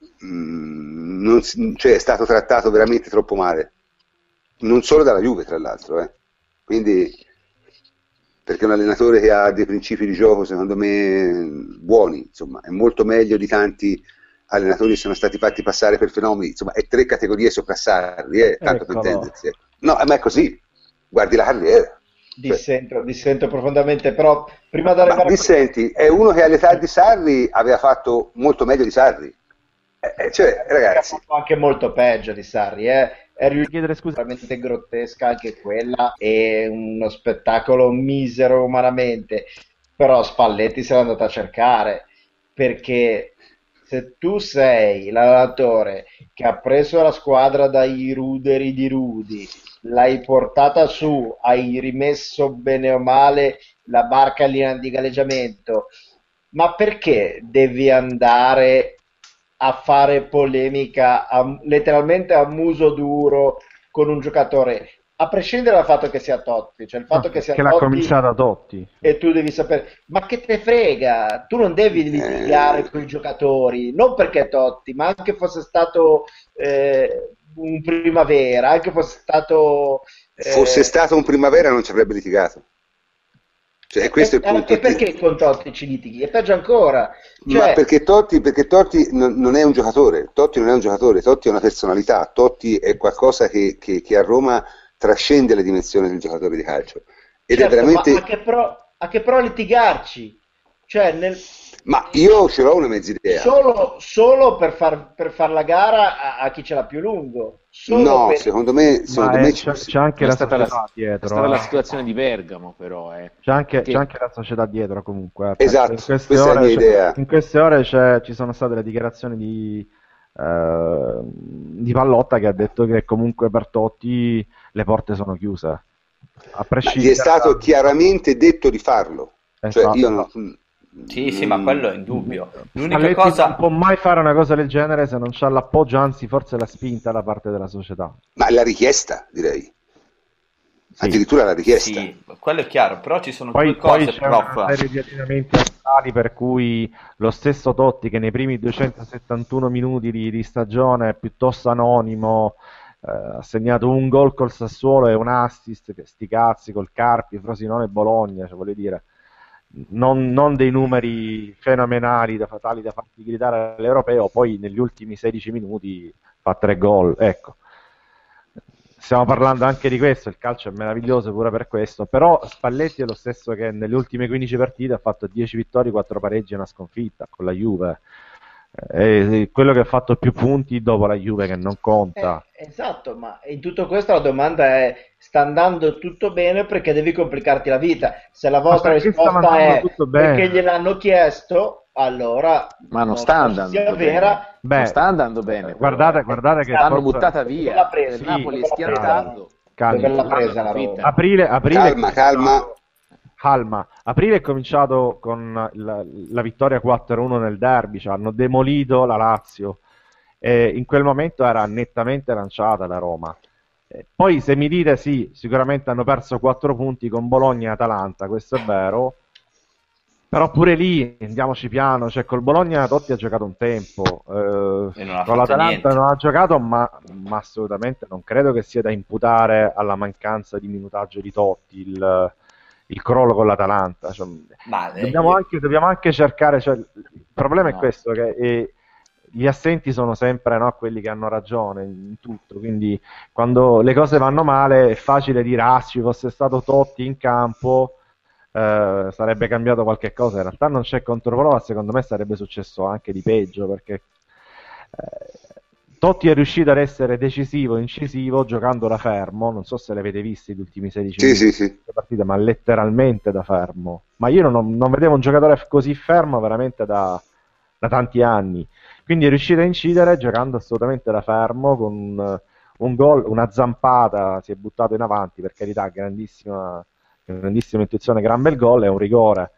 cioè, è stato trattato veramente troppo male, non solo dalla Juve tra l'altro, quindi perché è un allenatore che ha dei principi di gioco secondo me buoni, insomma è molto meglio di tanti allenatori che sono stati fatti passare per fenomeni, insomma è 3 categorie sopra Sarri, tanto per Eccolo. intendersi. No, ma è così, guardi la carriera. Dissento profondamente, però prima di Ma arrivare a dissenti, è uno che all'età di Sarri aveva fatto molto meglio di Sarri. Cioè, ragazzi, ha fatto anche molto peggio di Sarri, è riuscito Chiedere scusa. veramente grottesca anche quella, è uno spettacolo misero umanamente, però Spalletti se l'è andato a cercare, perché se tu sei l'allenatore che ha preso la squadra dai ruderi di Rudi, l'hai portata su, hai rimesso bene o male la barca in linea di galleggiamento, ma perché devi andare a fare polemica letteralmente a muso duro con un giocatore, a prescindere dal fatto che sia Totti, cioè il fatto che sia Che l'ha Totti cominciata Totti. e tu devi sapere, ma che te frega, tu non devi litigare con i giocatori, non perché Totti, ma anche fosse stato un Primavera, anche fosse stato fosse stato un Primavera non ci avrebbe litigato. Cioè, questo è il punto. E perché con Totti ci litighi? È peggio ancora. Ma Cioè, perché Totti non è un giocatore, Totti non è un giocatore, Totti è una personalità, Totti è qualcosa che a Roma trascende le dimensioni del giocatore di calcio. Ed certo, è veramente... ma a che pro litigarci? Cioè, Ma io ce l'ho una mezza idea. solo per far la gara a chi ce l'ha più lungo. Solo No, per- secondo me C'è anche È la stata società la, è dietro. stata la eh. situazione di Bergamo, però. C'è anche Che- la società dietro comunque. perché Esatto, in queste questa è la ore mia idea. in queste ore ci sono state le dichiarazioni di Pallotta che ha detto che comunque per Totti le porte sono chiuse. A Ma prescindere gli è stato chiaramente detto di farlo. Cioè, Esatto. io Sì, ma quello è indubbio. L'unica Spalletti cosa... non può mai fare una cosa del genere se non c'ha l'appoggio, anzi forse la spinta da parte della società. Ma la richiesta, direi. Sì. Addirittura la richiesta. Sì, quello è chiaro, però ci sono Poi due cose, c'è una prof. serie di allenamenti astrali per cui lo stesso Totti, che nei primi 271 minuti di stagione, piuttosto anonimo, ha segnato un gol col Sassuolo e un assist, che sti cazzi, col Carpi, Frosinone e Bologna, cioè voglio dire, non dei numeri fenomenali tali da farti gridare all'Europeo, poi negli ultimi 16 minuti fa 3 gol, ecco. Stiamo parlando anche di questo, il calcio è meraviglioso pure per questo, però Spalletti è lo stesso che nelle ultime 15 partite ha fatto 10 vittorie, 4 pareggi e una sconfitta con la Juve. È quello che ha fatto più punti dopo la Juve, che non conta. Esatto, ma in tutto questo la domanda è: sta andando tutto bene, perché devi complicarti la vita? Se la Ma vostra perché sta risposta andando è tutto perché bene? gliel'hanno chiesto, allora Ma non sta so se andando sia bene. vera. Non sta andando bene, guardate, però, guardate che l'hanno forse... buttata Dove via. l'ha presa? Il Napoli è Dove l'ha presa? schiantato. Calmi. Dove l'ha presa la Sconfitta. Roma? Aprile è Calma, calma. cominciato... Calma. Aprile è cominciato con la vittoria 4-1 nel derby, cioè hanno demolito la Lazio. In quel momento era nettamente lanciata la Roma. Poi se mi dite sì, sicuramente hanno perso 4 punti con Bologna e Atalanta, questo è vero, però pure lì andiamoci piano, cioè col Bologna Totti ha giocato un tempo, E non ha con fatto l'Atalanta niente. non ha giocato, ma assolutamente non credo che sia da imputare alla mancanza di minutaggio di Totti il crollo con l'Atalanta. Cioè, Ma dobbiamo anche cercare, cioè, il problema è No. questo, che gli assenti sono sempre, no, quelli che hanno ragione in tutto, quindi quando le cose vanno male è facile dire ah, ci fosse stato Totti in campo, sarebbe cambiato qualche cosa. In realtà non c'è controprova, secondo me sarebbe successo anche di peggio, perché Totti è riuscito ad essere decisivo, incisivo, giocando da fermo. Non so se l'avete visto gli ultimi 16 Sì, minuti sì, sì. di partita, ma letteralmente da fermo. Ma io non vedevo un giocatore così fermo veramente da tanti anni. Quindi è riuscito a incidere giocando assolutamente da fermo, con un gol, una zampata, si è buttato in avanti, per carità, grandissima intuizione, gran bel gol, è un rigore.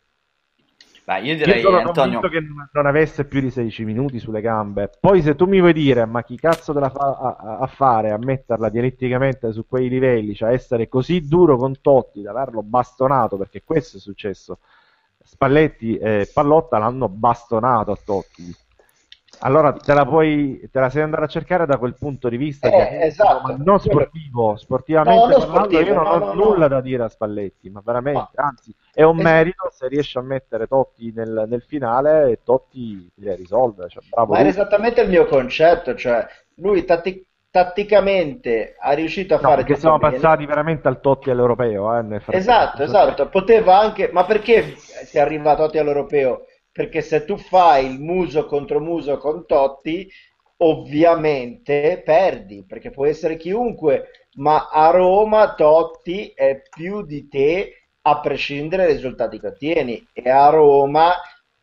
io Io direi, sono Antonio, convinto che non avesse più di 16 minuti sulle gambe. Poi se tu mi vuoi dire, ma chi cazzo te la fa a fare, a metterla dialetticamente su quei livelli, cioè essere così duro con Totti, da averlo bastonato, perché questo è successo. Spalletti e Pallotta l'hanno bastonato a Totti. Allora te la sei andata a cercare da quel punto di vista dialettico, ma Esatto. non sportivo. No, Sportivamente non parlando, io sportivo, non no, ho no, nulla no. da dire a Spalletti, ma veramente, Ma anzi, è un es- merito se riesce a mettere Totti nel finale e Totti le risolve, cioè, bravo Ma era lui. esattamente il mio concetto, cioè lui tatticamente ha riuscito a No, fare perché tutto siamo passati bene. veramente al Totti all'europeo, nel frattempo. Esatto, esatto, poteva anche, ma perché si è arrivato a Totti all'europeo? Perché se tu fai il muso con Totti, ovviamente perdi, perché può essere chiunque, ma a Roma Totti è più di te a prescindere dai risultati che ottieni, e a Roma,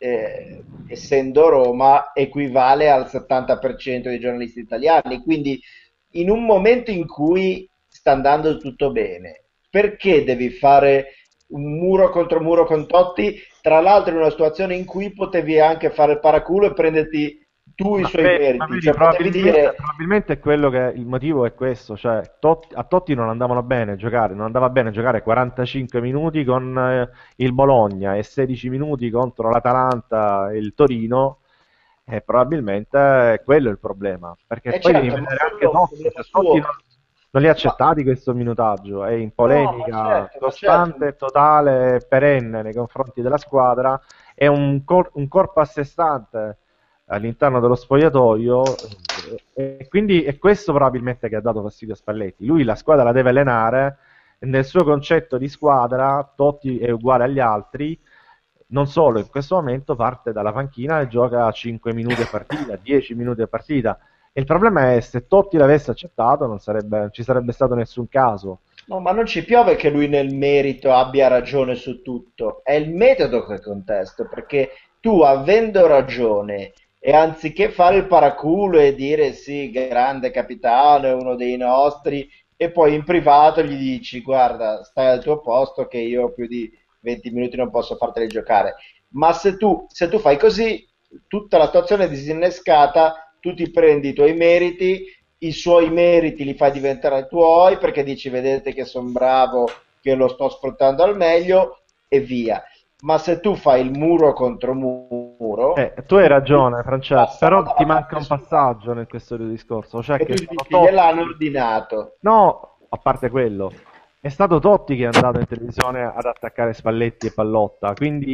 essendo Roma, equivale al 70% dei giornalisti italiani, quindi in un momento in cui sta andando tutto bene, perché devi fare un muro contro muro con Totti, tra l'altro in una situazione in cui potevi anche fare il paraculo e prenderti tu i suoi Ma meriti, vedi, cioè potevi dire probabilmente è quello che il motivo è questo, cioè a Totti non andavano bene giocare, non andava bene giocare 45 minuti con il Bologna e 16 minuti contro l'Atalanta e il Torino, e probabilmente è quello il problema, perché poi devi certo, ma vedere anche quello è un Totti, problema cioè, Totti suo. non li ha Ma accettati questo minutaggio, è in no, polemica ma certo. costante, totale, perenne nei confronti della squadra, è un corpo a sé stante all'interno dello spogliatoio, e quindi è questo probabilmente che ha dato fastidio a Spalletti. Lui la squadra la deve allenare, e nel suo concetto di squadra Totti è uguale agli altri, non solo, in questo momento parte dalla panchina e gioca 5 minuti a partita, 10 minuti a partita, e il problema è se Totti l'avesse accettato non ci sarebbe stato nessun caso. No, ma non ci piove che lui nel merito abbia ragione su tutto, è il metodo che contesto, perché tu avendo ragione e anziché fare il paraculo e dire sì, grande capitano, è uno dei nostri, e poi in privato gli dici guarda, stai al tuo posto che io più di 20 minuti non posso farteli giocare. ma se tu fai così, tutta la situazione è disinnescata, tu ti prendi i tuoi meriti, i suoi meriti li fai diventare tuoi perché dici vedete che sono bravo, che lo sto sfruttando al meglio e via. Ma se tu fai il muro contro muro, Tu hai tutti ragione, Francesco, passano però ti dalla manca parte un sua. passaggio nel questo discorso, cioè E che tu è stato dici gliel'hanno Totti. ordinato. No, a parte quello, è stato Totti che è andato in televisione ad attaccare Spalletti e Pallotta, quindi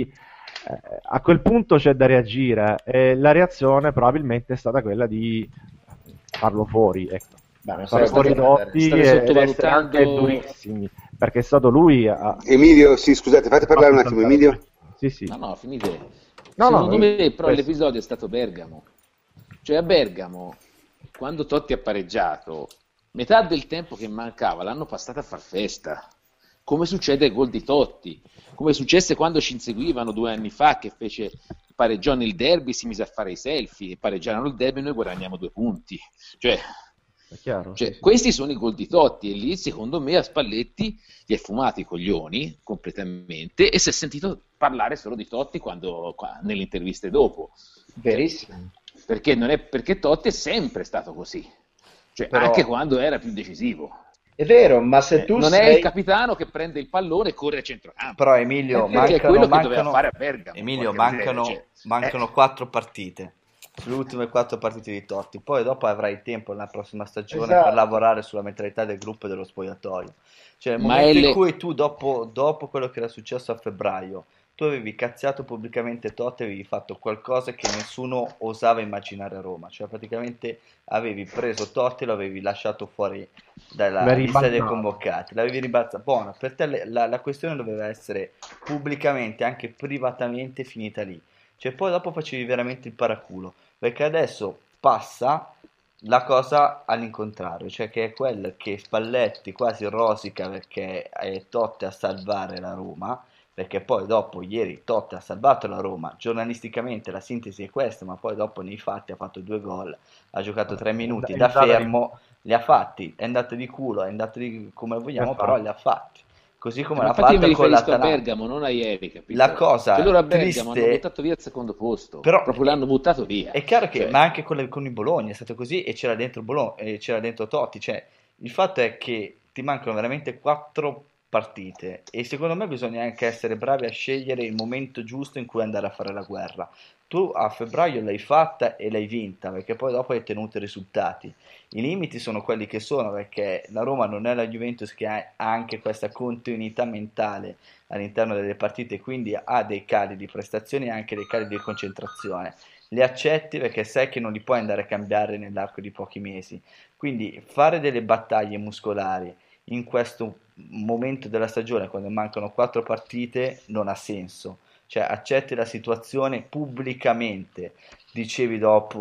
a quel punto c'è da reagire e la reazione probabilmente è stata quella di farlo fuori, ecco. Ma non Farlo sarebbe fuori stato andare. Totti State ed essere anche sottovalutando. durissimi, perché è stato lui Emilio, sì, scusate, fate ha parlare fatto un attimo, saltare il Emilio. Sì, sì. No, no, finite. No, Secondo no, me, però, questo. l'episodio è stato Bergamo. Cioè, a Bergamo, quando Totti ha pareggiato, metà del tempo che mancava l'hanno passata a far festa. Come succede ai gol di Totti, come successe quando ci inseguivano 2 anni fa, che pareggiò nel derby, si mise a fare i selfie, e pareggiarono il derby e noi guadagniamo 2 punti. Cioè, È chiaro, sì, sì. questi sono i gol di Totti, e lì secondo me a Spalletti gli è fumato i coglioni completamente e si è sentito parlare solo di Totti nelle interviste dopo. Verissimo. Perché, non è, perché Totti è sempre stato così, cioè, Però- anche quando era più decisivo. È vero, ma se tu Non è il sei... capitano che prende il pallone e corre a centrocampo. Però Emilio, È vero. Perché è quello che doveva fare a Bergamo. Emilio, porca miseria, mancano 4 partite, sulle ultime 4 partite di Totti, poi dopo avrai tempo nella prossima stagione per Esatto. lavorare sulla mentalità del gruppo e dello spogliatoio. Cioè nel Ma momento è in le- cui tu dopo quello che era successo a febbraio, tu avevi cazziato pubblicamente Totti, avevi fatto qualcosa che nessuno osava immaginare a Roma, cioè praticamente avevi preso Totti e lo avevi lasciato fuori dalla L'hai lista dei ribaltato. convocati, l'avevi ribaltato. Buono, per te la questione doveva essere pubblicamente, anche privatamente, finita lì. Cioè poi dopo facevi veramente il paraculo, perché adesso passa la cosa all'incontrario, cioè che è quella che Spalletti quasi rosica perché è Totti a salvare la Roma, perché poi dopo ieri Totti ha salvato la Roma, giornalisticamente la sintesi è questa, ma poi dopo nei fatti ha fatto 2 gol, ha giocato 3 minuti È da andata di fermo, li ha fatti, è andato di culo, è andato di come vogliamo, però Infatti. li ha fatti, così come ma l'ha infatti io mi fatto con riferisco a l'Atalanta. Bergamo, non a ieri, La capito? Cioè loro cosa a Bergamo hanno triste, buttato via il secondo posto, però proprio l'hanno buttato via. è chiaro che, Cioè, ma anche con il Bologna è stato così e c'era dentro Bologna, e c'era dentro Totti, cioè il fatto è che ti mancano veramente 4 partite e secondo me bisogna anche essere bravi a scegliere il momento giusto in cui andare a fare la guerra. Tu a febbraio l'hai fatta e l'hai vinta perché poi dopo hai tenuto i risultati. I limiti sono quelli che sono perché la Roma non è la Juventus che ha anche questa continuità mentale all'interno delle partite, quindi ha dei cali di prestazioni e anche dei cali di concentrazione. Li accetti perché sai che non li puoi andare a cambiare nell'arco di pochi mesi. Quindi fare delle battaglie muscolari in questo momento della stagione, quando mancano 4 partite, non ha senso. Cioè accetti la situazione pubblicamente. Dicevi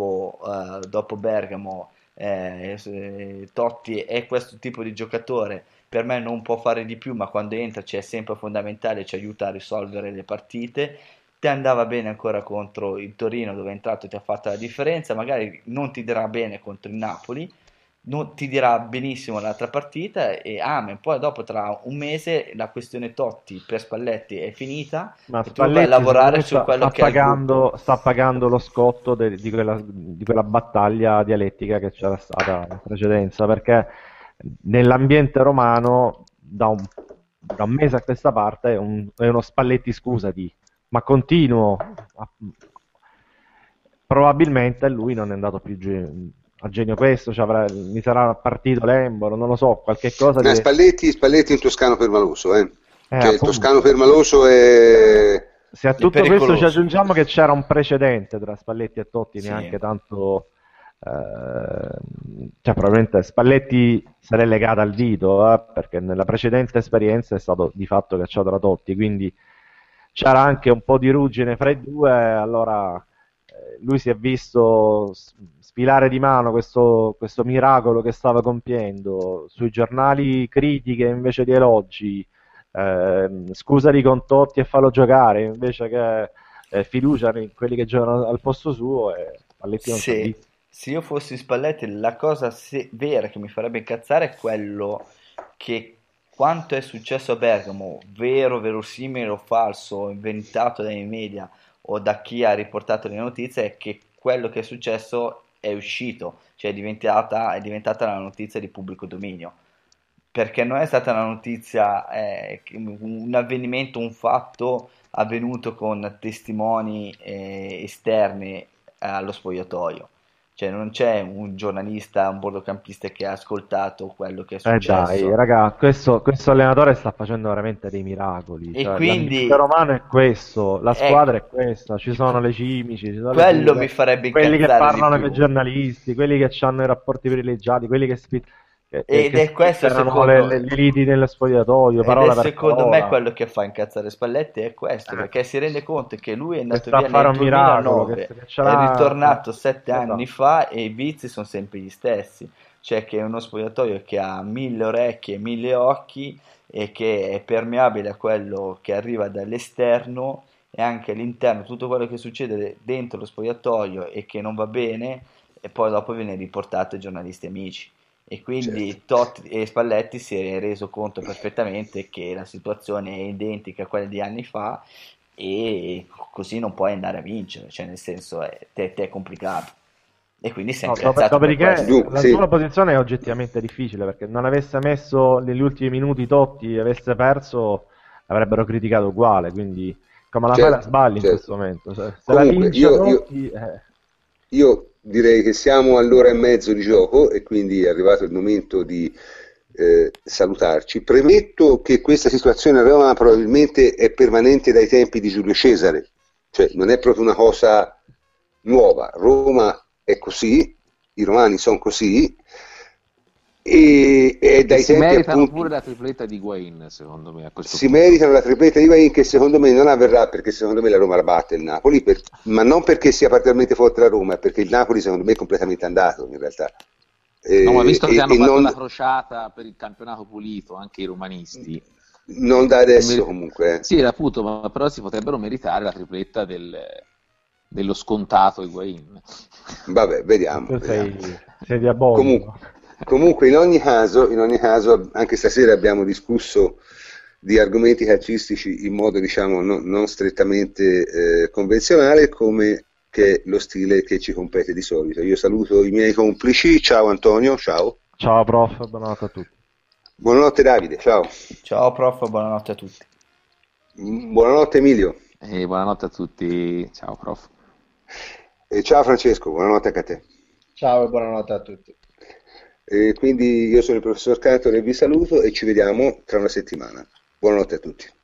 dopo Bergamo, Totti è questo tipo di giocatore, per me non può fare di più, ma quando entra ci è sempre fondamentale, ci aiuta a risolvere le partite. Ti andava bene ancora contro il Torino dove è entrato e ti ha fatto la differenza, magari non ti dirà bene contro il Napoli, non ti dirà benissimo l'altra partita e amen. Poi dopo tra un mese la questione Totti per Spalletti è finita Ma e tu vai a Spalletti secondo lavorare me su quello che è il gruppo. sta pagando lo scotto di quella battaglia dialettica che c'era stata in precedenza, perché nell'ambiente romano da un mese a questa parte è uno Spalletti scusati, ma continuo. Probabilmente lui non è andato più a genio questo, mi sarà partito l'embolo, non lo so, qualche cosa di... Spalletti è un toscano permaloso, eh. Cioè il appunto. toscano permaloso è... Se a tutto questo pericoloso. ci aggiungiamo che c'era un precedente tra Spalletti e Totti, Sì. neanche tanto, cioè probabilmente Spalletti se l'è legata al dito, perché nella precedente esperienza è stato di fatto cacciato da Totti, quindi c'era anche un po' di ruggine fra i due, allora lui si è visto sfilare di mano questo miracolo che stava compiendo, sui giornali critiche invece di elogi, scusali con Totti e fallo giocare invece che fiducia in quelli che giocano al posto suo, e Spalletti non ci ha visto. Se io fossi Spalletti, la cosa vera che mi farebbe incazzare è quello che quanto è successo a Bergamo, vero, verosimile o falso, inventato dai media o da chi ha riportato le notizie è che quello che è successo è uscito, cioè è diventata la notizia di pubblico dominio, perché non è stata una notizia, un avvenimento, un fatto avvenuto con testimoni esterni allo spogliatoio. Cioè non c'è un giornalista, un bordocampista che ha ascoltato quello che è Dai, successo. raga, questo allenatore sta facendo veramente dei miracoli. E Cioè, l'ambiente quindi, romano è questo, la squadra ecco, è questa, ci sono le cimici, ci sono le quello mi pure, farebbe quelli che incazzare di parlano con i più. giornalisti, quelli che hanno i rapporti privilegiati, quelli Ed che è questo spizzerano secondo le liti nello spogliatoio, Ed è parola per secondo me parola. quello che fa incazzare Spalletti è questo, Eh, perché si rende conto che lui è che andato sta a via fare nel un miracolo, 2009, che ce è l'ha... ritornato 7 anni Esatto. fa e i vizi sono sempre gli stessi, cioè che è uno spogliatoio che ha 1000 orecchie e 1000 occhi e che è permeabile a quello che arriva dall'esterno e anche all'interno, tutto quello che succede dentro lo spogliatoio e che non va bene e poi dopo viene riportato ai giornalisti amici. E Certo. quindi Totti e Spalletti si è reso conto perfettamente che la situazione è identica a quella di anni fa e così non puoi andare a vincere, cioè nel senso te è complicato. E quindi si è No, incazzato per questo. dopodiché la Sì, sua posizione è oggettivamente difficile perché non avesse messo negli ultimi minuti Totti e avesse perso, avrebbero criticato uguale. Quindi, come la fai, la certo, sbagli in questo certo. momento. Se la Comunque, vince Totti, io direi che siamo all'ora e mezzo di gioco e quindi è arrivato il momento di salutarci. Premetto che questa situazione a Roma probabilmente è permanente dai tempi di Giulio Cesare, cioè non è proprio una cosa nuova. Roma è così, i romani sono così e è E dai si tempi meritano appunto pure la tripletta di Higuain, secondo me, a questo si punto. meritano la tripletta di Higuain che secondo me non avverrà perché secondo me la Roma la batte il Napoli, ma non perché sia particolarmente forte la Roma, è perché il Napoli secondo me è completamente andato in realtà. No, ma visto che hanno E fatto non, la crociata per il campionato pulito, anche i romanisti, non da si adesso mer- comunque. sì, appunto, ma però si potrebbero meritare la tripletta dello scontato Higuain. Vabbè, vediamo, tu vediamo. sei Comunque, diabolico. comunque in ogni caso, anche stasera abbiamo discusso di argomenti calcistici in modo diciamo non strettamente convenzionale come che è lo stile che ci compete di solito. Io saluto i miei complici, ciao Antonio, ciao. Ciao prof, buonanotte a tutti. Buonanotte Davide, ciao. Ciao prof, buonanotte a tutti. Buonanotte Emilio. E buonanotte a tutti, ciao prof. E ciao Francesco, buonanotte anche a te. Ciao e buonanotte a tutti. E quindi io sono il professor Cantor e vi saluto e ci vediamo tra una settimana. Buonanotte a tutti.